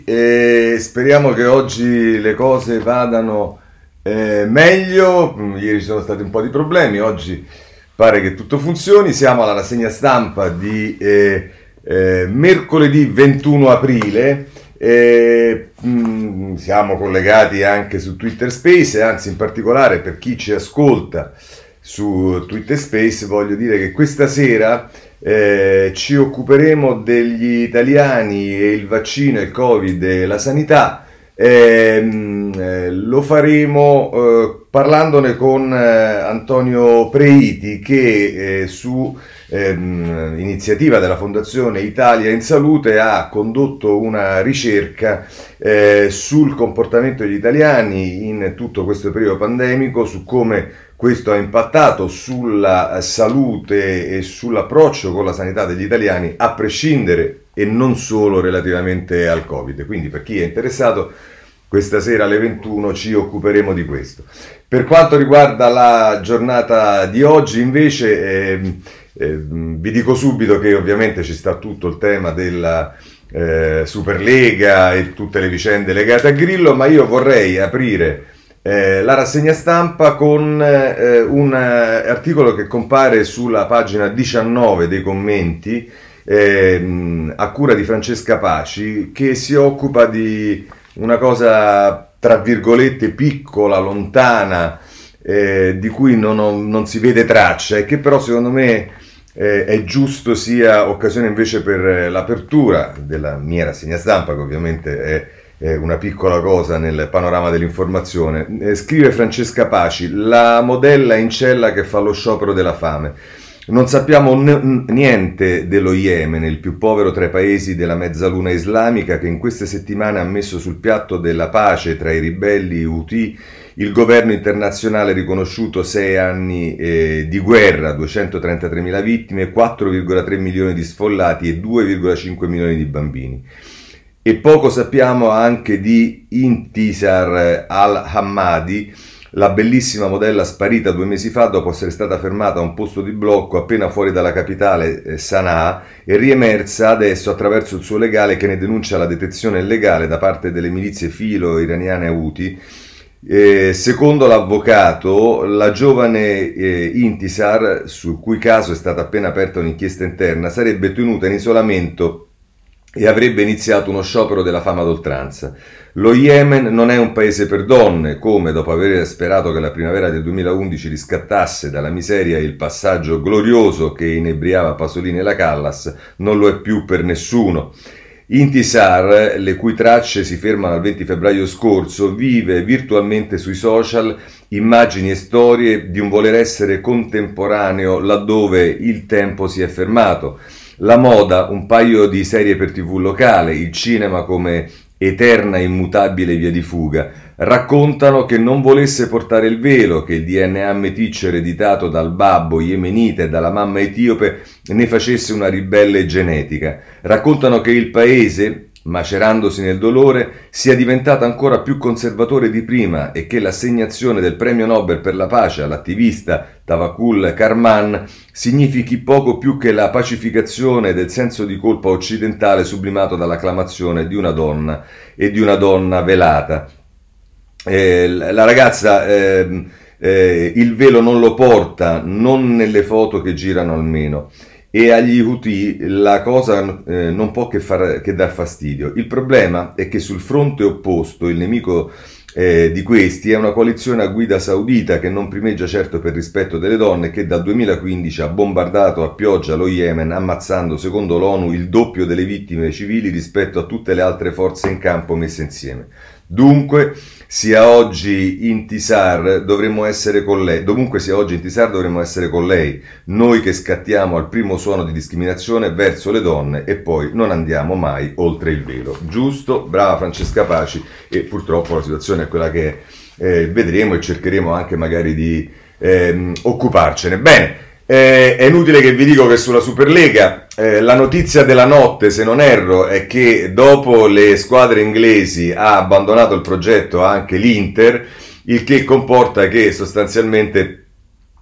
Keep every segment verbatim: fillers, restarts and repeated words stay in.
E speriamo che oggi le cose vadano eh, meglio. Ieri ci sono stati un po' di problemi, oggi pare che tutto funzioni. Siamo alla rassegna stampa di eh, eh, mercoledì ventuno aprile. Eh, mh, siamo collegati anche su Twitter Space, anzi in particolare per chi ci ascolta su Twitter Space voglio dire che questa sera Eh, ci occuperemo degli italiani e il vaccino, il Covid e la sanità. Eh, eh, lo faremo eh, parlandone con eh, Antonio Preiti che eh, su ehm, iniziativa della Fondazione Italia in Salute ha condotto una ricerca eh, sul comportamento degli italiani in tutto questo periodo pandemico, su come questo ha impattato sulla salute e sull'approccio con la sanità degli italiani, a prescindere e non solo relativamente al Covid. Quindi per chi è interessato, questa sera alle ventuno ci occuperemo di questo. Per quanto riguarda la giornata di oggi, invece, eh, eh, vi dico subito che ovviamente ci sta tutto il tema della eh, Superlega e tutte le vicende legate a Grillo, ma io vorrei aprire Eh, la rassegna stampa con eh, un eh, articolo che compare sulla pagina diciannove dei commenti eh, a cura di Francesca Paci, che si occupa di una cosa tra virgolette piccola, lontana, eh, di cui non, ho, non si vede traccia e che però secondo me eh, è giusto sia occasione invece per l'apertura della mia rassegna stampa, che ovviamente è una piccola cosa nel panorama dell'informazione. Eh, scrive Francesca Paci: la modella in cella che fa lo sciopero della fame. Non sappiamo n- niente dello Yemen, il più povero tra i paesi della mezzaluna islamica, che in queste settimane ha messo sul piatto della pace tra i ribelli Houthi il governo internazionale riconosciuto sei anni eh, di guerra, duecentotrentatremila vittime, quattro virgola tre milioni di sfollati e due virgola cinque milioni di bambini. E poco sappiamo anche di Intisar al-Hammadi, la bellissima modella sparita due mesi fa dopo essere stata fermata a un posto di blocco appena fuori dalla capitale eh, Sana'a e riemersa adesso attraverso il suo legale che ne denuncia la detenzione illegale da parte delle milizie filo-iraniane Houthi. Eh, secondo l'avvocato, la giovane eh, Intisar, sul cui caso è stata appena aperta un'inchiesta interna, sarebbe tenuta in isolamento e avrebbe iniziato uno sciopero della fame ad oltranza. Lo Yemen non è un paese per donne, come dopo aver sperato che la primavera del duemilaundici riscattasse dalla miseria il passaggio glorioso che inebriava Pasolini e la Callas, non lo è più per nessuno. Intisar, le cui tracce si fermano al venti febbraio scorso, vive virtualmente sui social immagini e storie di un voler essere contemporaneo laddove il tempo si è fermato. La moda, un paio di serie per tivù locale, il cinema come eterna e immutabile via di fuga, raccontano che non volesse portare il velo, che il D N A meticcio ereditato dal babbo yemenita e dalla mamma etiope ne facesse una ribelle genetica. Raccontano che il paese, macerandosi nel dolore, sia diventato ancora più conservatore di prima e che l'assegnazione del premio Nobel per la pace all'attivista Tawakkul Karman significhi poco più che la pacificazione del senso di colpa occidentale sublimato dall'acclamazione di una donna e di una donna velata. Eh, la ragazza eh, eh, il velo non lo porta, non nelle foto che girano almeno. E agli Houthi la cosa eh, non può che, far, che dar fastidio. Il problema è che sul fronte opposto il nemico eh, di questi è una coalizione a guida saudita che non primeggia certo per rispetto delle donne, che dal duemilaquindici ha bombardato a pioggia lo Yemen, ammazzando secondo l'ONU il doppio delle vittime civili rispetto a tutte le altre forze in campo messe insieme. Dunque, sia oggi Intisar dovremmo essere con lei, dovunque sia oggi Intisar dovremmo essere con lei, noi che scattiamo al primo suono di discriminazione verso le donne e poi non andiamo mai oltre il velo. Giusto? Brava Francesca Paci, e purtroppo la situazione è quella che è. Eh, vedremo e cercheremo anche magari di ehm, occuparcene. Bene, eh, è inutile che vi dico che sulla Superlega eh, la notizia della notte, se non erro, è che dopo le squadre inglesi ha abbandonato il progetto anche l'Inter, il che comporta che sostanzialmente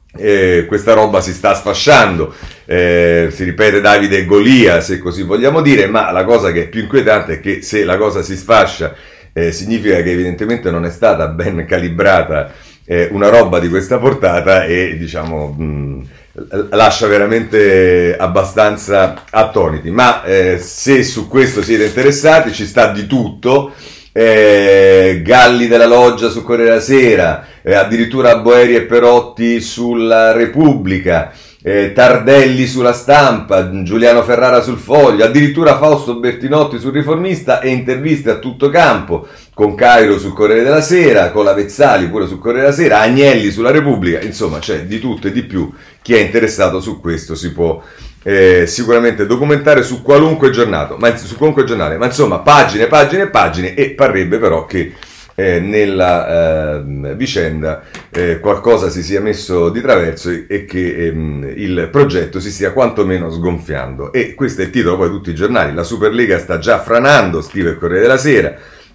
eh, questa roba si sta sfasciando, eh, si ripete Davide e Golia, se così vogliamo dire, ma la cosa che è più inquietante è che se la cosa si sfascia eh, significa che evidentemente non è stata ben calibrata eh, una roba di questa portata e diciamo mh, lascia veramente abbastanza attoniti. Ma eh, se su questo siete interessati, ci sta di tutto. Eh, Galli della Loggia su Corriere della Sera, eh, addirittura Boeri e Perotti sulla Repubblica, eh, Tardelli sulla Stampa, Giuliano Ferrara sul Foglio, addirittura Fausto Bertinotti sul Riformista e interviste a tutto campo, con Cairo sul Corriere della Sera, con la Vezzali pure sul Corriere della Sera, Agnelli sulla Repubblica, insomma c'è di tutto e di più. Chi è interessato su questo si può eh, sicuramente documentare su qualunque giornale, ma, su qualunque giornale, ma insomma pagine, pagine e pagine, e parrebbe però che eh, nella eh, vicenda eh, qualcosa si sia messo di traverso e, e che ehm, il progetto si stia quantomeno sgonfiando. E questo è il titolo poi di tutti i giornali: la Superlega sta già franando, scrive il Corriere della Sera.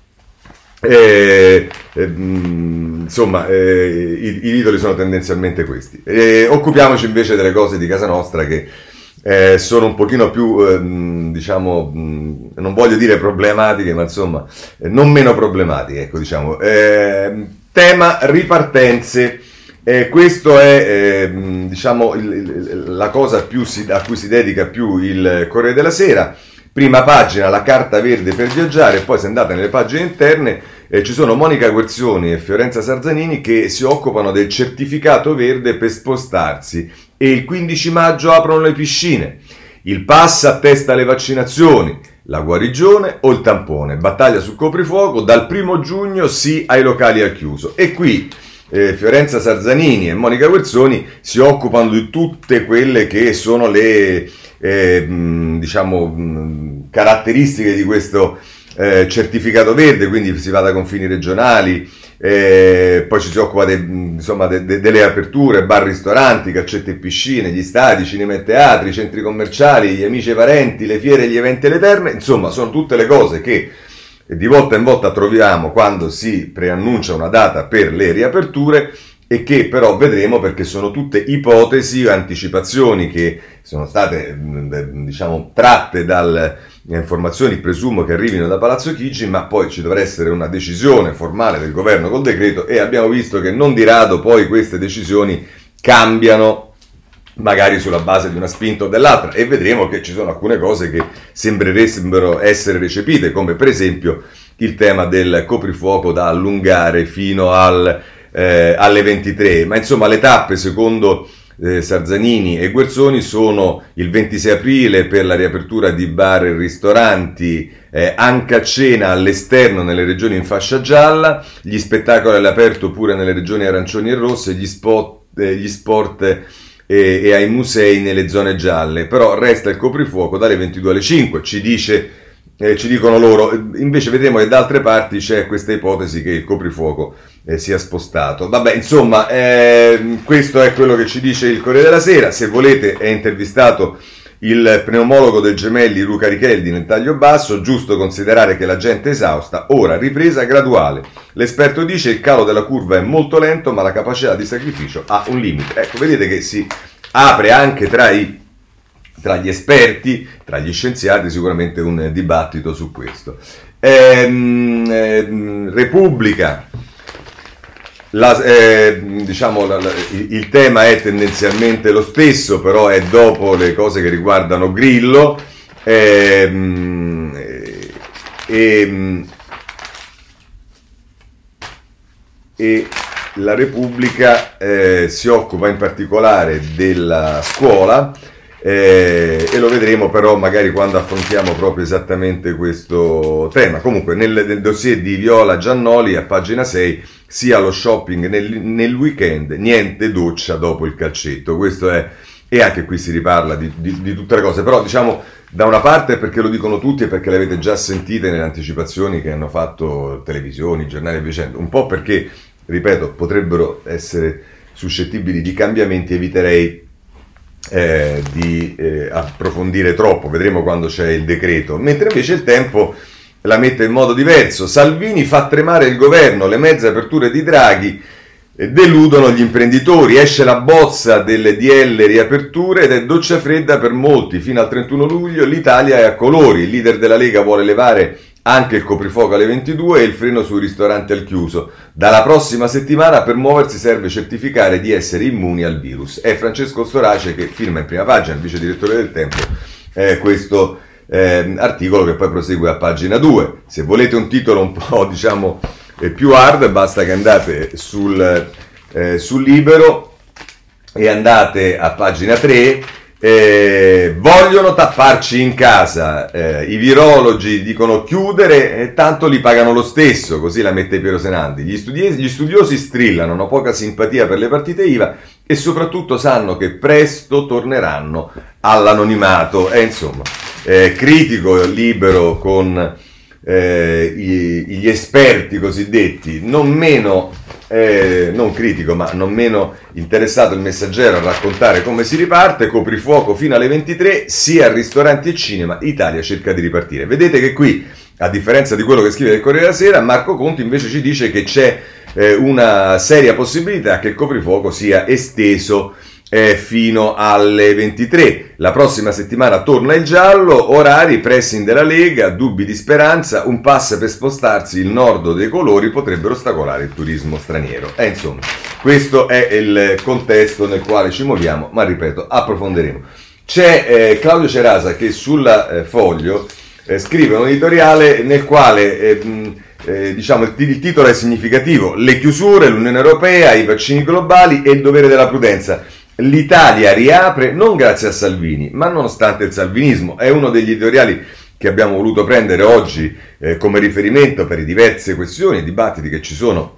Eh, eh, insomma eh, i, i titoli sono tendenzialmente questi. Eh, occupiamoci invece delle cose di casa nostra, che eh, sono un pochino più eh, diciamo mh, non voglio dire problematiche, ma insomma eh, non meno problematiche, ecco, diciamo. Eh, tema ripartenze. Eh, questo è eh, diciamo il, il, la cosa più si, a cui si dedica più il Corriere della Sera. Prima pagina, la carta verde per viaggiare, e poi se andate nelle pagine interne eh, ci sono Monica Guerzoni e Fiorenza Sarzanini che si occupano del certificato verde per spostarsi, e il quindici maggio aprono le piscine. Il pass attesta le vaccinazioni, la guarigione o il tampone, battaglia sul coprifuoco, dal primo giugno sì ai locali al chiuso. E qui eh, Fiorenza Sarzanini e Monica Guerzoni si occupano di tutte quelle che sono le Eh, diciamo mh, caratteristiche di questo eh, certificato verde, quindi si va da confini regionali, eh, poi ci si occupa de, insomma de, de, delle aperture, bar, ristoranti, calcette e piscine, gli stadi, cinema e teatri, centri commerciali, gli amici e parenti, le fiere, gli eventi e le terme. Insomma, sono tutte le cose che di volta in volta troviamo quando si preannuncia una data per le riaperture, e che però vedremo, perché sono tutte ipotesi o anticipazioni che sono state diciamo tratte dalle informazioni, presumo che arrivino da Palazzo Chigi, ma poi ci dovrà essere una decisione formale del governo col decreto, e abbiamo visto che non di rado poi queste decisioni cambiano, magari sulla base di una spinta o dell'altra, e vedremo che ci sono alcune cose che sembrerebbero essere recepite, come per esempio il tema del coprifuoco da allungare fino al Eh, alle ventitré, ma insomma le tappe secondo eh, Sarzanini e Guerzoni sono il ventisei aprile per la riapertura di bar e ristoranti, eh, anche a cena all'esterno nelle regioni in fascia gialla, gli spettacoli all'aperto pure nelle regioni arancioni e rosse, gli, spot, eh, gli sport eh, e ai musei nelle zone gialle, però resta il coprifuoco dalle ventidue alle cinque, ci dice Eh, ci dicono loro. Invece vedremo che da altre parti c'è questa ipotesi che il coprifuoco eh, sia spostato. Vabbè, insomma, eh, questo è quello che ci dice il Corriere della Sera. Se volete, è intervistato il pneumologo del Gemelli Luca Richeldi nel taglio basso. Giusto considerare che la gente è esausta, ora ripresa graduale. L'esperto dice il calo della curva è molto lento, ma la capacità di sacrificio ha un limite. Ecco, vedete che si apre anche tra i tra gli esperti, tra gli scienziati, sicuramente un dibattito su questo. Ehm, ehm, Repubblica, la, eh, diciamo, la, la, il tema è tendenzialmente lo stesso, però è dopo le cose che riguardano Grillo. Ehm, ehm, e la Repubblica eh, si occupa in particolare della scuola. Eh, e lo vedremo però magari quando affrontiamo proprio esattamente questo tema. Comunque nel, nel dossier di Viola Giannoli a pagina sei, sia lo shopping nel, nel weekend, niente doccia dopo il calcetto. Questo è, e anche qui si riparla di, di, di tutte le cose, però diciamo da una parte perché lo dicono tutti e perché le avete già sentite nelle anticipazioni che hanno fatto televisioni, giornali e vicende, un po' perché, ripeto, potrebbero essere suscettibili di cambiamenti, eviterei Eh, di eh, approfondire troppo, vedremo quando c'è il decreto, mentre invece il Tempo la mette in modo diverso. Salvini fa tremare il governo, le mezze aperture di Draghi deludono gli imprenditori, esce la bozza delle D L riaperture ed è doccia fredda per molti. Fino al trentuno luglio l'Italia è a colori, il leader della Lega vuole levare anche il coprifuoco alle ventidue e il freno sui ristoranti al chiuso. Dalla prossima settimana per muoversi serve certificare di essere immuni al virus. È Francesco Storace che firma in prima pagina, il vice direttore del Tempo, eh, questo eh, articolo che poi prosegue a pagina due. Se volete un titolo un po' diciamo eh, più hard, basta che andate sul, eh, sul Libero e andate a pagina tre. Eh, vogliono tapparci in casa, eh, i virologi dicono chiudere e tanto li pagano lo stesso, così la mette Piero Senaldi. Gli, studi- gli studiosi strillano, hanno poca simpatia per le partite I V A e soprattutto sanno che presto torneranno all'anonimato. E insomma, eh, critico Libero con eh, i, gli esperti cosiddetti, non meno... Eh, non critico ma non meno interessato il Messaggero a raccontare come si riparte. Coprifuoco fino alle ventitré sia a ristoranti e cinema, Italia cerca di ripartire. Vedete che qui, a differenza di quello che scrive il Corriere della Sera, Marco Conti invece ci dice che c'è eh, una seria possibilità che il coprifuoco sia esteso eh, fino alle ventitré. La prossima settimana torna il giallo, orari, pressing della Lega, dubbi di Speranza, un pass per spostarsi, il nord dei colori potrebbero ostacolare il turismo straniero. E eh, insomma, questo è il contesto nel quale ci muoviamo, ma ripeto, approfondiremo. C'è eh, Claudio Cerasa che sulla eh, Foglio eh, scrive un editoriale nel quale eh, mh, eh, diciamo il, il titolo è significativo: le chiusure, l'Unione Europea, i vaccini globali e il dovere della prudenza. L'Italia riapre non grazie a Salvini, ma nonostante il salvinismo. È uno degli editoriali che abbiamo voluto prendere oggi eh, come riferimento per le diverse questioni e dibattiti che ci sono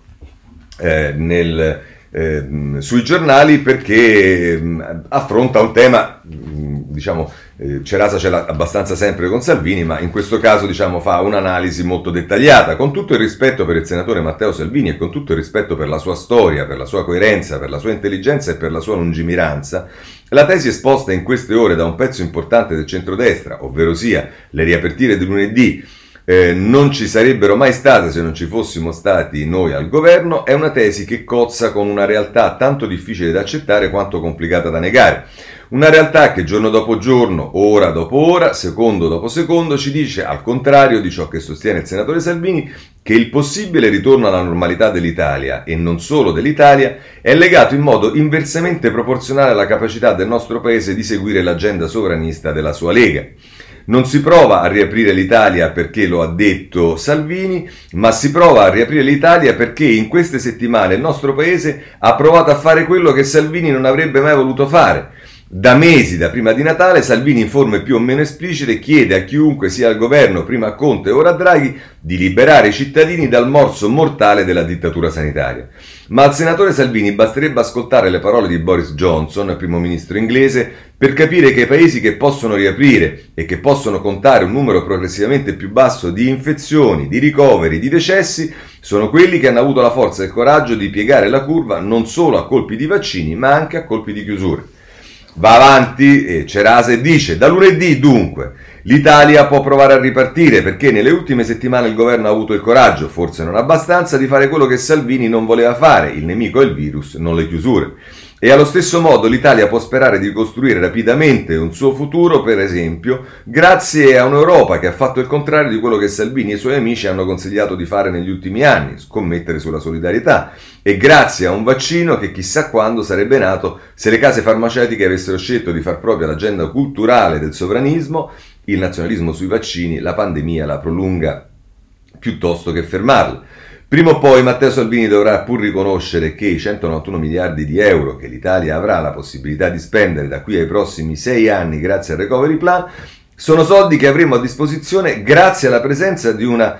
eh, nel, eh, sui giornali, perché mh, affronta un tema, mh, diciamo, eh, Cerasa ce l'ha abbastanza sempre con Salvini, ma in questo caso diciamo fa un'analisi molto dettagliata, con tutto il rispetto per il senatore Matteo Salvini e con tutto il rispetto per la sua storia, per la sua coerenza, per la sua intelligenza e per la sua lungimiranza. La tesi esposta in queste ore da un pezzo importante del centrodestra, ovvero sia le riaperture di lunedì, Eh, non ci sarebbero mai state se non ci fossimo stati noi al governo, è una tesi che cozza con una realtà tanto difficile da accettare quanto complicata da negare. Una realtà che giorno dopo giorno, ora dopo ora, secondo dopo secondo ci dice, al contrario di ciò che sostiene il senatore Salvini, che il possibile ritorno alla normalità dell'Italia, e non solo dell'Italia, è legato in modo inversamente proporzionale alla capacità del nostro paese di seguire l'agenda sovranista della sua Lega. Non si prova a riaprire l'Italia perché lo ha detto Salvini, ma si prova a riaprire l'Italia perché in queste settimane il nostro paese ha provato a fare quello che Salvini non avrebbe mai voluto fare. Da mesi, da prima di Natale, Salvini in forme più o meno esplicite chiede a chiunque sia al governo, prima a Conte e ora a Draghi, di liberare i cittadini dal morso mortale della dittatura sanitaria. Ma al senatore Salvini basterebbe ascoltare le parole di Boris Johnson, primo ministro inglese, per capire che i paesi che possono riaprire e che possono contare un numero progressivamente più basso di infezioni, di ricoveri, di decessi, sono quelli che hanno avuto la forza e il coraggio di piegare la curva non solo a colpi di vaccini, ma anche a colpi di chiusure. Va avanti e Cerasa e dice: da lunedì dunque l'Italia può provare a ripartire perché nelle ultime settimane il governo ha avuto il coraggio, forse non abbastanza, di fare quello che Salvini non voleva fare, il nemico è il virus, non le chiusure. E allo stesso modo l'Italia può sperare di costruire rapidamente un suo futuro, per esempio, grazie a un'Europa che ha fatto il contrario di quello che Salvini e i suoi amici hanno consigliato di fare negli ultimi anni, scommettere sulla solidarietà, e grazie a un vaccino che chissà quando sarebbe nato se le case farmaceutiche avessero scelto di far propria l'agenda culturale del sovranismo, il nazionalismo sui vaccini, la pandemia la prolunga piuttosto che fermarla. Prima o poi Matteo Salvini dovrà pur riconoscere che i centonovantuno miliardi di euro che l'Italia avrà la possibilità di spendere da qui ai prossimi sei anni grazie al Recovery Plan sono soldi che avremo a disposizione grazie alla presenza di una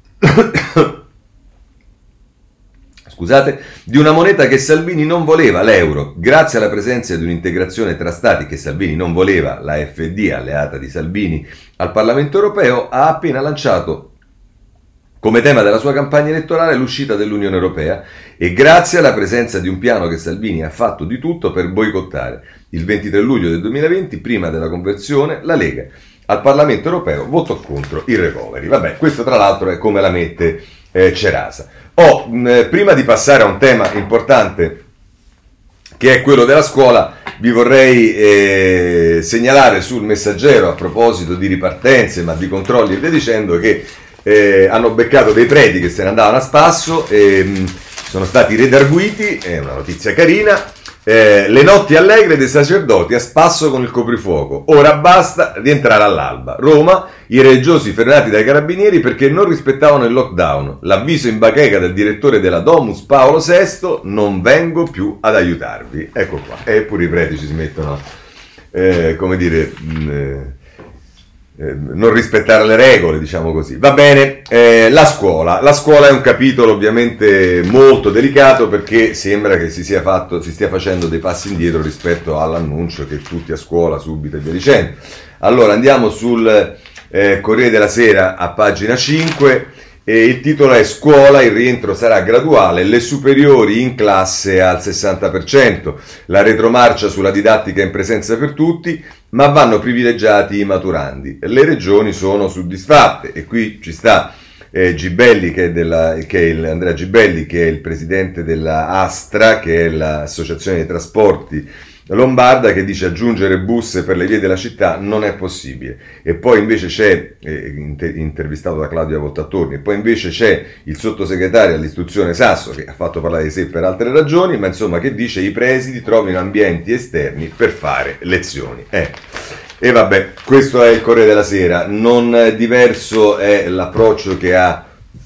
scusate, di una moneta che Salvini non voleva, l'euro, grazie alla presenza di un'integrazione tra stati che Salvini non voleva, la F D, alleata di Salvini al Parlamento europeo, ha appena lanciato come tema della sua campagna elettorale l'uscita dell'Unione Europea e grazie alla presenza di un piano che Salvini ha fatto di tutto per boicottare. Il ventitré luglio del duemilaventi, prima della conversione, la Lega al Parlamento Europeo votò contro il recovery. Vabbè, questo tra l'altro è come la mette eh, Cerasa. Oh, mh, prima di passare a un tema importante che è quello della scuola, vi vorrei eh, segnalare sul Messaggero, a proposito di ripartenze, ma di controlli e via dicendo, che eh, hanno beccato dei preti che se ne andavano a spasso e mh, sono stati redarguiti, è una notizia carina. Eh, le notti allegre dei sacerdoti a spasso con il coprifuoco, ora basta rientrare all'alba. Roma, i religiosi frenati dai carabinieri perché non rispettavano il lockdown, l'avviso in bacheca del direttore della Domus Paolo sesto: non vengo più ad aiutarvi. Ecco qua, e pure i preti ci si mettono eh, come dire mh, eh, eh, non rispettare le regole, diciamo così. Va bene. Eh, la scuola la scuola è un capitolo ovviamente molto delicato, perché sembra che si sia fatto si stia facendo dei passi indietro rispetto all'annuncio che tutti a scuola subito e via dicendo. Allora andiamo sul eh, Corriere della Sera a pagina cinque, e il titolo è: scuola, il rientro sarà graduale, le superiori in classe al sessanta per cento, la retromarcia sulla didattica in presenza per tutti, ma vanno privilegiati i maturandi. Le regioni sono soddisfatte, e qui ci sta eh, Gibelli, che è, della, che è il, Andrea Gibelli, che è il presidente della Astra, che è l'associazione dei trasporti lombarda, che dice: aggiungere bus per le vie della città non è possibile. E poi invece c'è, eh, inter- intervistato da Claudia Voltattorni, e poi invece c'è il sottosegretario all'istruzione Sasso, che ha fatto parlare di sé per altre ragioni, ma insomma che dice: i presidi trovino ambienti esterni per fare lezioni. Eh. E vabbè, questo è il Corriere della Sera. Non diverso è l'approccio che ha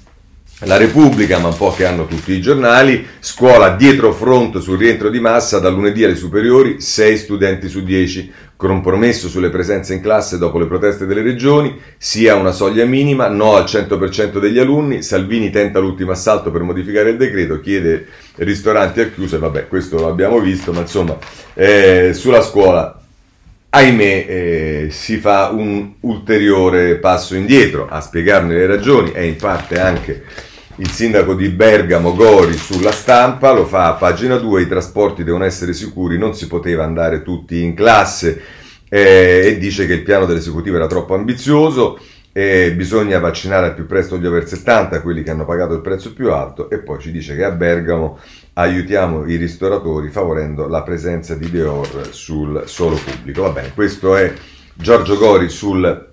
La Repubblica, ma un po' che hanno tutti i giornali. Scuola dietro front sul rientro di massa, da lunedì alle superiori sei studenti su dieci, compromesso sulle presenze in classe dopo le proteste delle regioni, sia una soglia minima, no al cento per cento degli alunni, Salvini tenta l'ultimo assalto per modificare il decreto, chiede ristoranti al chiuso, e vabbè, questo lo abbiamo visto, ma insomma eh, sulla scuola, ahimè, eh, si fa un ulteriore passo indietro. A spiegarne le ragioni è in parte anche il sindaco di Bergamo Gori sulla Stampa, lo fa a pagina due: i trasporti devono essere sicuri, non si poteva andare tutti in classe, eh, e dice che il piano dell'esecutivo era troppo ambizioso, eh, bisogna vaccinare al più presto gli over settanta, quelli che hanno pagato il prezzo più alto, e poi ci dice che a Bergamo aiutiamo i ristoratori favorendo la presenza di Dior sul suolo pubblico. Va bene, questo è Giorgio Gori sul,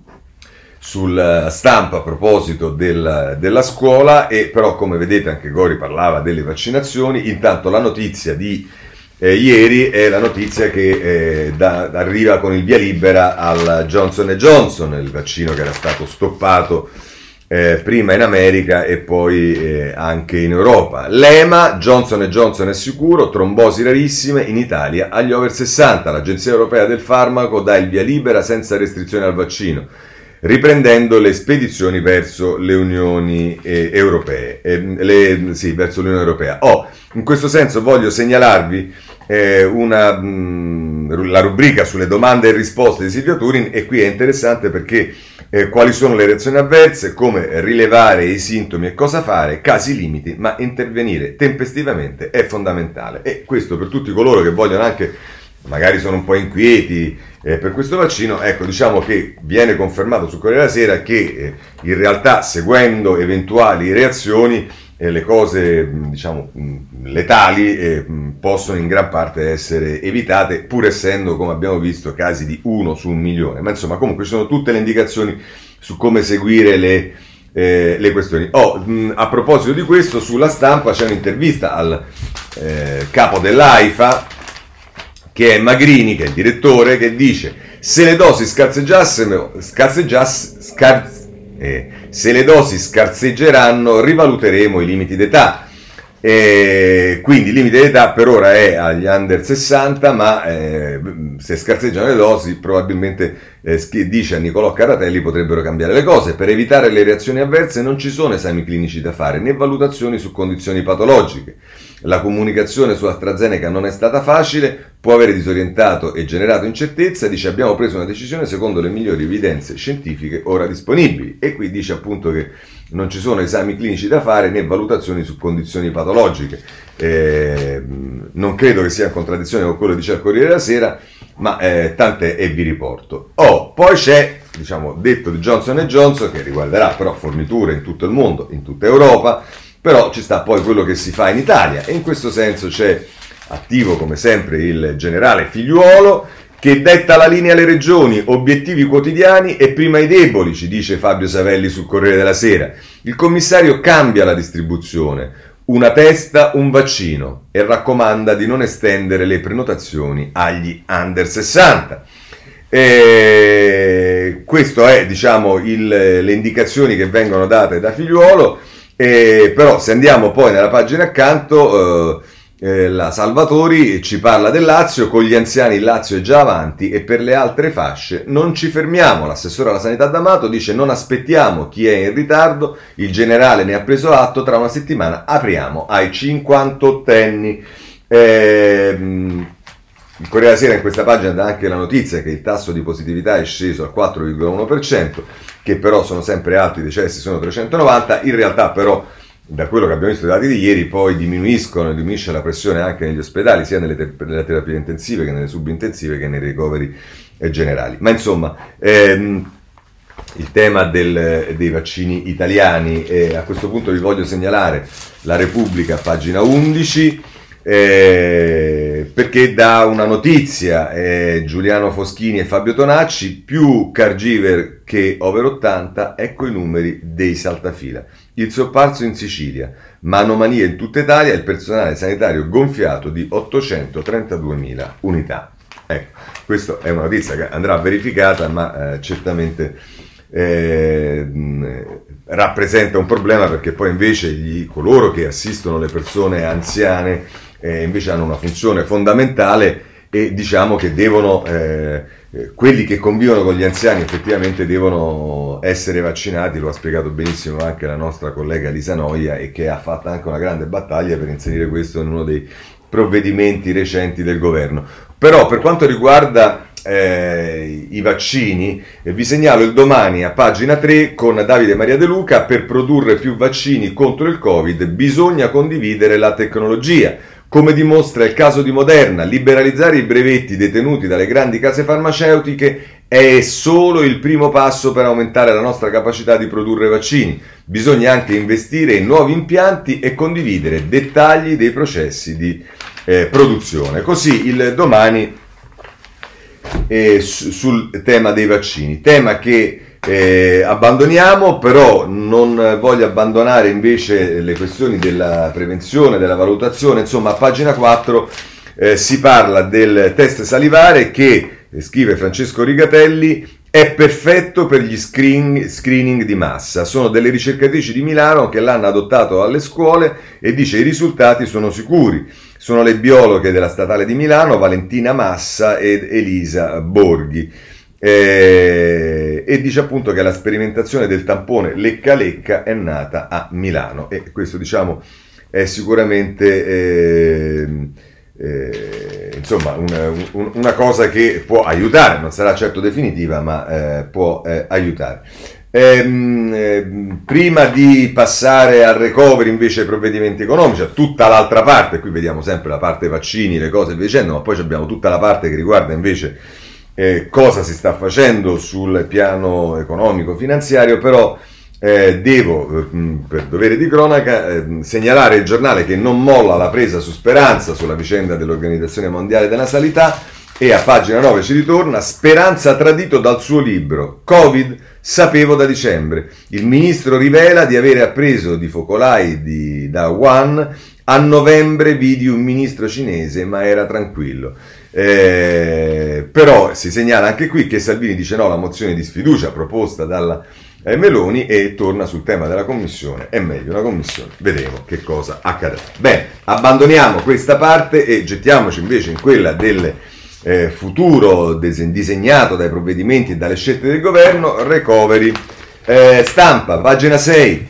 sul Stampa a proposito del, della scuola. E però, come vedete, anche Gori parlava delle vaccinazioni. Intanto la notizia di eh, ieri è la notizia che eh, da, arriva con il via libera al Johnson and Johnson, il vaccino che era stato stoppato Eh, prima in America e poi eh, anche in Europa. L'E M A: Johnson and Johnson è sicuro, trombosi rarissime in Italia agli over sessanta. L'Agenzia Europea del Farmaco dà il via libera senza restrizioni al vaccino, riprendendo le spedizioni verso le Unioni eh, Europee. Eh, le, sì, verso l'Unione Europea. Oh, in questo senso voglio segnalarvi eh, una, mh, la rubrica sulle domande e risposte di Silvia Turin, e qui è interessante perché Eh, quali sono le reazioni avverse, come rilevare i sintomi e cosa fare, casi limiti, ma intervenire tempestivamente è fondamentale. E questo per tutti coloro che vogliono anche, magari sono un po' inquieti eh, per questo vaccino. Ecco, diciamo che viene confermato sul Corriere della Sera che eh, in realtà, seguendo eventuali reazioni, eh, le cose diciamo letali eh, possono in gran parte essere evitate, pur essendo, come abbiamo visto, casi di uno su un milione. Ma insomma, comunque ci sono tutte le indicazioni su come seguire le, eh, le questioni. Oh, mh, a proposito di questo, sulla Stampa c'è un'intervista al eh, capo dell'AIFA, che è Magrini, che è il direttore, che dice: se le dosi scarseggiassero, scarseggiass, scar, eh, se le dosi scarseggeranno, rivaluteremo i limiti d'età. E quindi il limite d'età per ora è agli under sessanta, ma eh, se scarseggiano le dosi probabilmente, eh, dice a Nicolò Caratelli, potrebbero cambiare le cose. Per evitare le reazioni avverse non ci sono esami clinici da fare né valutazioni su condizioni patologiche. La comunicazione su AstraZeneca non è stata facile, può avere disorientato e generato incertezza. Dice: abbiamo preso una decisione secondo le migliori evidenze scientifiche ora disponibili. E qui dice appunto che non ci sono esami clinici da fare né valutazioni su condizioni patologiche. Eh, non credo che sia in contraddizione con quello che dice il Corriere della Sera, ma eh, tant'è, e vi riporto. Oh, poi c'è, diciamo, detto di Johnson and Johnson, che riguarderà però forniture in tutto il mondo, in tutta Europa, però ci sta poi quello che si fa in Italia, e in questo senso c'è attivo come sempre il generale Figliuolo, che detta la linea alle regioni, obiettivi quotidiani e prima i deboli, ci dice Fabio Savelli sul Corriere della Sera. Il commissario cambia la distribuzione, una testa, un vaccino, e raccomanda di non estendere le prenotazioni agli under sessanta. E questo è, diciamo, il, le indicazioni che vengono date da Figliuolo, e però se andiamo poi nella pagina accanto, eh, Eh, la Salvatori ci parla del Lazio. Con gli anziani il Lazio è già avanti e per le altre fasce non ci fermiamo. L'assessore alla sanità D'Amato dice: non aspettiamo chi è in ritardo, il generale ne ha preso atto, tra una settimana apriamo ai cinquantottenni. Eh, il Corriere della Sera in questa pagina dà anche la notizia che il tasso di positività è sceso al quattro virgola uno per cento, che però sono sempre alti, i decessi sono trecentonovanta. In realtà però, da quello che abbiamo visto dai dati di ieri, poi diminuiscono, diminuisce la pressione anche negli ospedali, sia nelle, te- nelle terapie intensive che nelle subintensive che nei ricoveri eh, generali. Ma insomma, ehm, il tema del, dei vaccini italiani, eh, a questo punto vi voglio segnalare la Repubblica, pagina undici, eh, perché dà una notizia, eh, Giuliano Foschini e Fabio Tonacci: più caregiver che over ottanta, ecco i numeri dei saltafila. Il sopparso in Sicilia, manomania in tutta Italia, il personale sanitario gonfiato di ottocentotrentaduemila unità. Ecco, questa è una notizia che andrà verificata, ma eh, certamente eh, mh, rappresenta un problema, perché poi invece gli, coloro che assistono le persone anziane eh, invece hanno una funzione fondamentale, e diciamo che devono, eh, quelli che convivono con gli anziani effettivamente devono essere vaccinati. Lo ha spiegato benissimo anche la nostra collega Lisa Noia, e che ha fatto anche una grande battaglia per inserire questo in uno dei provvedimenti recenti del governo. Però per quanto riguarda eh, i vaccini, eh, vi segnalo il Domani a pagina tre con Davide Maria De Luca: per produrre più vaccini contro il Covid bisogna condividere la tecnologia. Come dimostra il caso di Moderna, liberalizzare i brevetti detenuti dalle grandi case farmaceutiche è solo il primo passo per aumentare la nostra capacità di produrre vaccini. Bisogna anche investire in nuovi impianti e condividere dettagli dei processi di eh, produzione. Così il Domani eh, su, sul tema dei vaccini, tema che Eh, abbandoniamo, però non voglio abbandonare invece le questioni della prevenzione, della valutazione. Insomma, a pagina quattro eh, si parla del test salivare che, eh, scrive Francesco Rigatelli, è perfetto per gli screen, screening di massa. Sono delle ricercatrici di Milano che l'hanno adottato alle scuole e dice: i risultati sono sicuri. Sono le biologhe della Statale di Milano, Valentina Massa ed Elisa Borghi. Eh, e dice appunto che la sperimentazione del tampone lecca lecca è nata a Milano, e questo, diciamo, è sicuramente eh, eh, insomma una, un, una cosa che può aiutare. Non sarà certo definitiva, ma eh, può eh, aiutare. Ehm, eh, prima di passare al recovery, invece, ai provvedimenti economici, a tutta l'altra parte, qui vediamo sempre la parte vaccini, le cose e via dicendo, ma poi abbiamo tutta la parte che riguarda invece Eh, cosa si sta facendo sul piano economico finanziario. Però eh, devo, eh, per dovere di cronaca, eh, segnalare il giornale che non molla la presa su Speranza sulla vicenda dell'Organizzazione Mondiale della Sanità, e a pagina nove ci ritorna: Speranza tradito dal suo libro, Covid sapevo da dicembre, il ministro rivela di avere appreso di focolai di, da Wuhan. A novembre vidi un ministro cinese, ma era tranquillo. Eh, però si segnala anche qui che Salvini dice no alla mozione di sfiducia proposta dalla eh, Meloni, e torna sul tema della commissione. È meglio una commissione, vedremo che cosa accadrà. Bene, abbandoniamo questa parte e gettiamoci invece in quella del eh, futuro des- disegnato dai provvedimenti e dalle scelte del governo. Recovery, eh, Stampa, pagina sei.